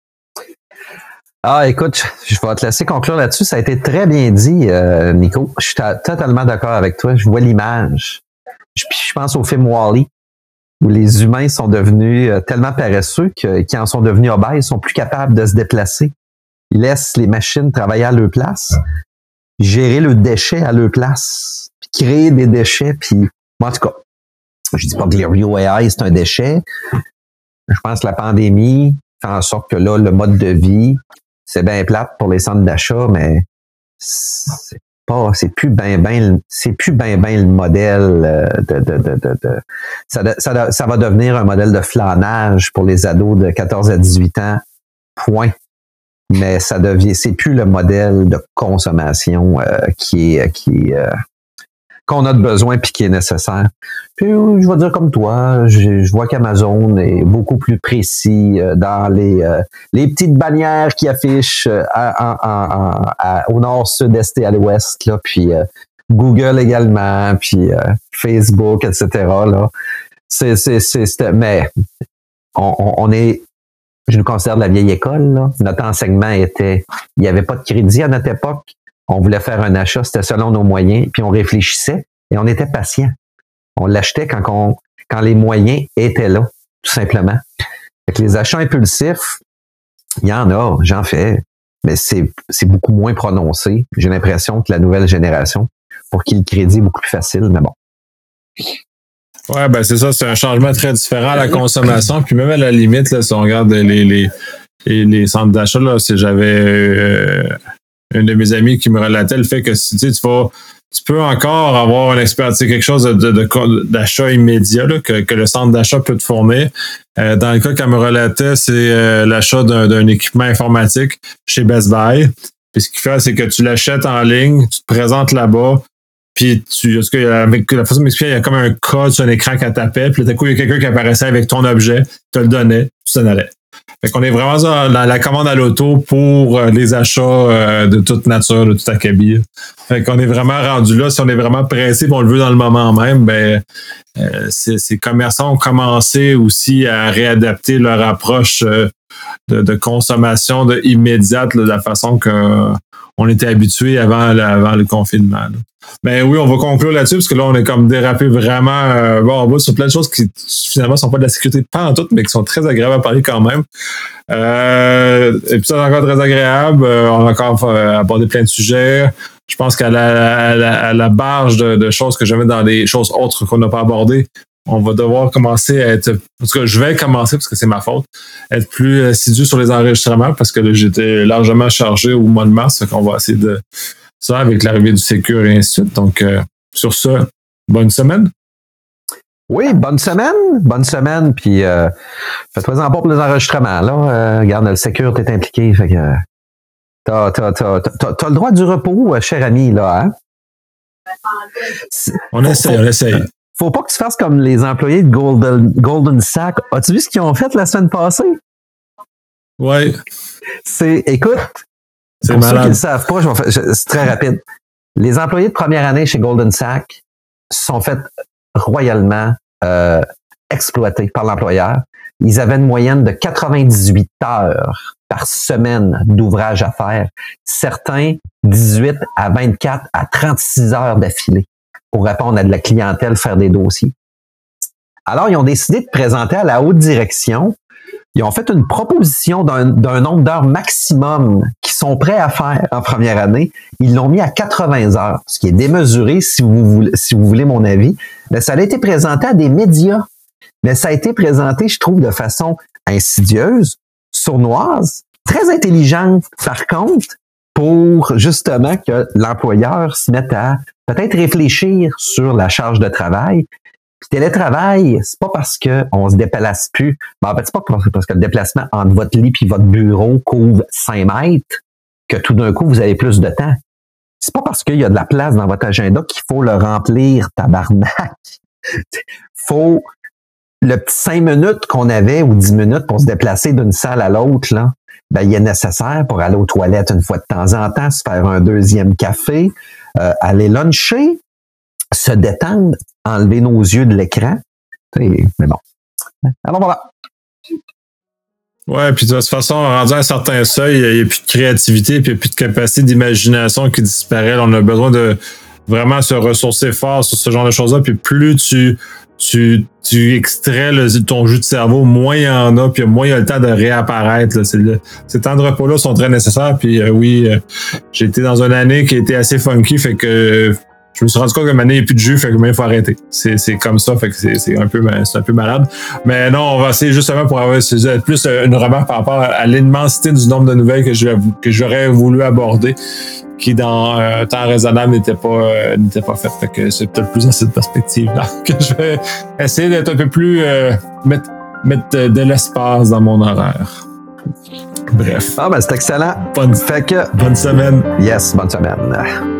Speaker 2: Ah, écoute, je vais te laisser conclure là-dessus. Ça a été très bien dit, euh, Nico. Je suis ta- totalement d'accord avec toi. Je vois l'image. Je, je pense au film Wall-E, où les humains sont devenus euh, tellement paresseux que, qu'ils en sont devenus obèses, sont plus capables de se déplacer. Ils laissent les machines travailler à leur place, gérer le déchet à leur place, puis créer des déchets. Puis, moi, en tout cas, je dis pas que l'Aero A I, c'est un déchet. Je pense que la pandémie fait en sorte que là, le mode de vie, c'est bien plate pour les centres d'achat, mais c'est pas, c'est plus bien ben, c'est plus bien ben le modèle de, de, de, de, de ça, ça, ça va devenir un modèle de flânage pour les ados de quatorze à dix-huit ans, point. Mais ça devient, c'est plus le modèle de consommation euh, qui est, qui est, euh, qu'on a de besoin puis qui est nécessaire. Puis je vais dire comme toi, je, je vois qu'Amazon est beaucoup plus précis euh, dans les euh, les petites bannières qui affichent euh, à, à, à, à, au nord, sud, est et à l'ouest, là, puis euh, Google également, puis euh, Facebook, et cetera. Là, c'est c'est c'est, c'est mais on, on, on est, je nous considère de la vieille école. Là. Notre enseignement était, il n'y avait pas de crédit à notre époque. On voulait faire un achat, c'était selon nos moyens, puis on réfléchissait et on était patient. On l'achetait quand, on, quand les moyens étaient là, tout simplement. Fait que les achats impulsifs, il y en a, j'en fais, mais c'est, c'est beaucoup moins prononcé. J'ai l'impression que la nouvelle génération, pour qui le crédit est beaucoup plus facile, mais bon.
Speaker 1: Ouais, ben c'est ça, c'est un changement très différent à la consommation. Puis même à la limite, là, si on regarde les, les, les, les centres d'achat, là, si j'avais euh, un de mes amis qui me relatait le fait que tu sais, tu vas, tu peux encore avoir une expertise, quelque chose de, de, de, d'achat immédiat là, que, que le centre d'achat peut te fournir. Euh, dans le cas qu'elle me relatait, c'est euh, l'achat d'un, d'un équipement informatique chez Best Buy. Puis ce qu'il fait, c'est que tu l'achètes en ligne, tu te présentes là-bas, puis tu, parce que avec la façon de m'expliquer, il y a comme un code sur un écran qu'elle tapait, puis là, d'un coup, il y a quelqu'un qui apparaissait avec ton objet, tu le donnais, tu t'en allais. Fait qu'on est vraiment dans la, la commande à l'auto pour euh, les achats euh, de toute nature, de tout acabit. Fait qu'on est vraiment rendu là. Si on est vraiment pressé et on le veut dans le moment même, ben euh, ces, ces commerçants ont commencé aussi à réadapter leur approche euh, de, de consommation de immédiate là, de la façon qu'on était habitué avant, avant le confinement. Là. Ben oui, on va conclure là-dessus parce que là, on est comme dérapé vraiment euh, bon, on va sur plein de choses qui finalement sont pas de la sécurité pas en tout, mais qui sont très agréables à parler quand même. Euh, et puis ça, c'est encore très agréable. Euh, on a encore euh, abordé plein de sujets. Je pense qu'à la, à la, à la barge de, de choses que je mets dans les choses autres qu'on n'a pas abordées, on va devoir commencer à être, en tout cas, je vais commencer parce que c'est ma faute, être plus assidu sur les enregistrements parce que là, j'étais largement chargé au mois de mars, fait qu'on va essayer de ça avec l'arrivée du Sécure et ainsi de suite. Donc, euh, sur ça, bonne semaine.
Speaker 2: Oui, bonne semaine, bonne semaine, puis euh, faites-toi-en pas pour les enregistrements, là. Euh, regarde, le Sécure, t'es impliqué, fait que t'as, t'as, t'as, t'as, t'as le droit du repos, cher ami, là, hein?
Speaker 1: On essaye, on essaye.
Speaker 2: Faut pas que tu fasses comme les employés de Golden, Golden Sack. As-tu vu ce qu'ils ont fait la semaine passée?
Speaker 1: Oui.
Speaker 2: C'est, écoute,
Speaker 1: c'est
Speaker 2: pour
Speaker 1: malade.
Speaker 2: ceux qui ne le savent pas, je vais faire, je, c'est très rapide. Les employés de première année chez Golden Sack se sont fait royalement euh, exploités par l'employeur. ils avaient une moyenne de quatre-vingt-dix-huit heures par semaine d'ouvrage à faire. Certains, dix-huit à vingt-quatre à trente-six heures d'affilée pour répondre à de la clientèle, faire des dossiers. Alors, ils ont décidé de présenter à la haute direction. Ils ont fait une proposition d'un, d'un nombre d'heures maximum qu'ils sont prêts à faire en première année. Ils l'ont mis à quatre-vingts heures, ce qui est démesuré si vous voulez, si vous voulez mon avis. Mais ça a été présenté à des médias. Mais ça a été présenté, je trouve, de façon insidieuse, sournoise, très intelligente, par contre, pour justement que l'employeur se mette à peut-être réfléchir sur la charge de travail. Puis télétravail, c'est pas parce qu'on se déplace plus. Ben, en fait, c'est pas parce que le déplacement entre votre lit et votre bureau couvre cinq mètres que tout d'un coup, vous avez plus de temps. C'est pas parce qu'il y a de la place dans votre agenda qu'il faut le remplir, tabarnak. Faut le petit cinq minutes qu'on avait ou dix minutes pour se déplacer d'une salle à l'autre, là, ben, il est nécessaire pour aller aux toilettes une fois de temps en temps, se faire un deuxième café, euh, aller luncher, se détendre, enlever nos yeux de l'écran. Et, mais bon. Alors voilà.
Speaker 1: Ouais, puis de toute façon, rendu à un certain seuil, il n'y a plus de créativité, puis il n'y a plus de capacité d'imagination qui disparaît. On a besoin de vraiment se ressourcer fort sur ce genre de choses-là. Puis plus tu, tu, tu extrais le, ton jus de cerveau, moins il y en a, puis moins il y a le temps de réapparaître. Là. C'est le, ces temps de repos-là sont très nécessaires. Puis euh, oui, euh, j'ai été dans une année qui a été assez funky, fait que euh, je me suis rendu compte que maintenant, il n'y a plus de jus, fait que il faut arrêter. C'est, c'est comme ça, fait que c'est, c'est, un peu, c'est un peu malade. Mais non, on va essayer justement pour avoir plus une remarque par rapport à l'immensité du nombre de nouvelles que, je, que j'aurais voulu aborder, qui dans un temps raisonnable n'était pas, euh, n'était pas fait. Fait que c'est peut-être plus dans cette perspective-là que je vais essayer d'être un peu plus, euh, mettre, mettre de l'espace dans mon horaire. Bref.
Speaker 2: Ah, ben, c'est excellent.
Speaker 1: Bonne,
Speaker 2: fait que,
Speaker 1: bonne semaine.
Speaker 2: Yes, bonne semaine.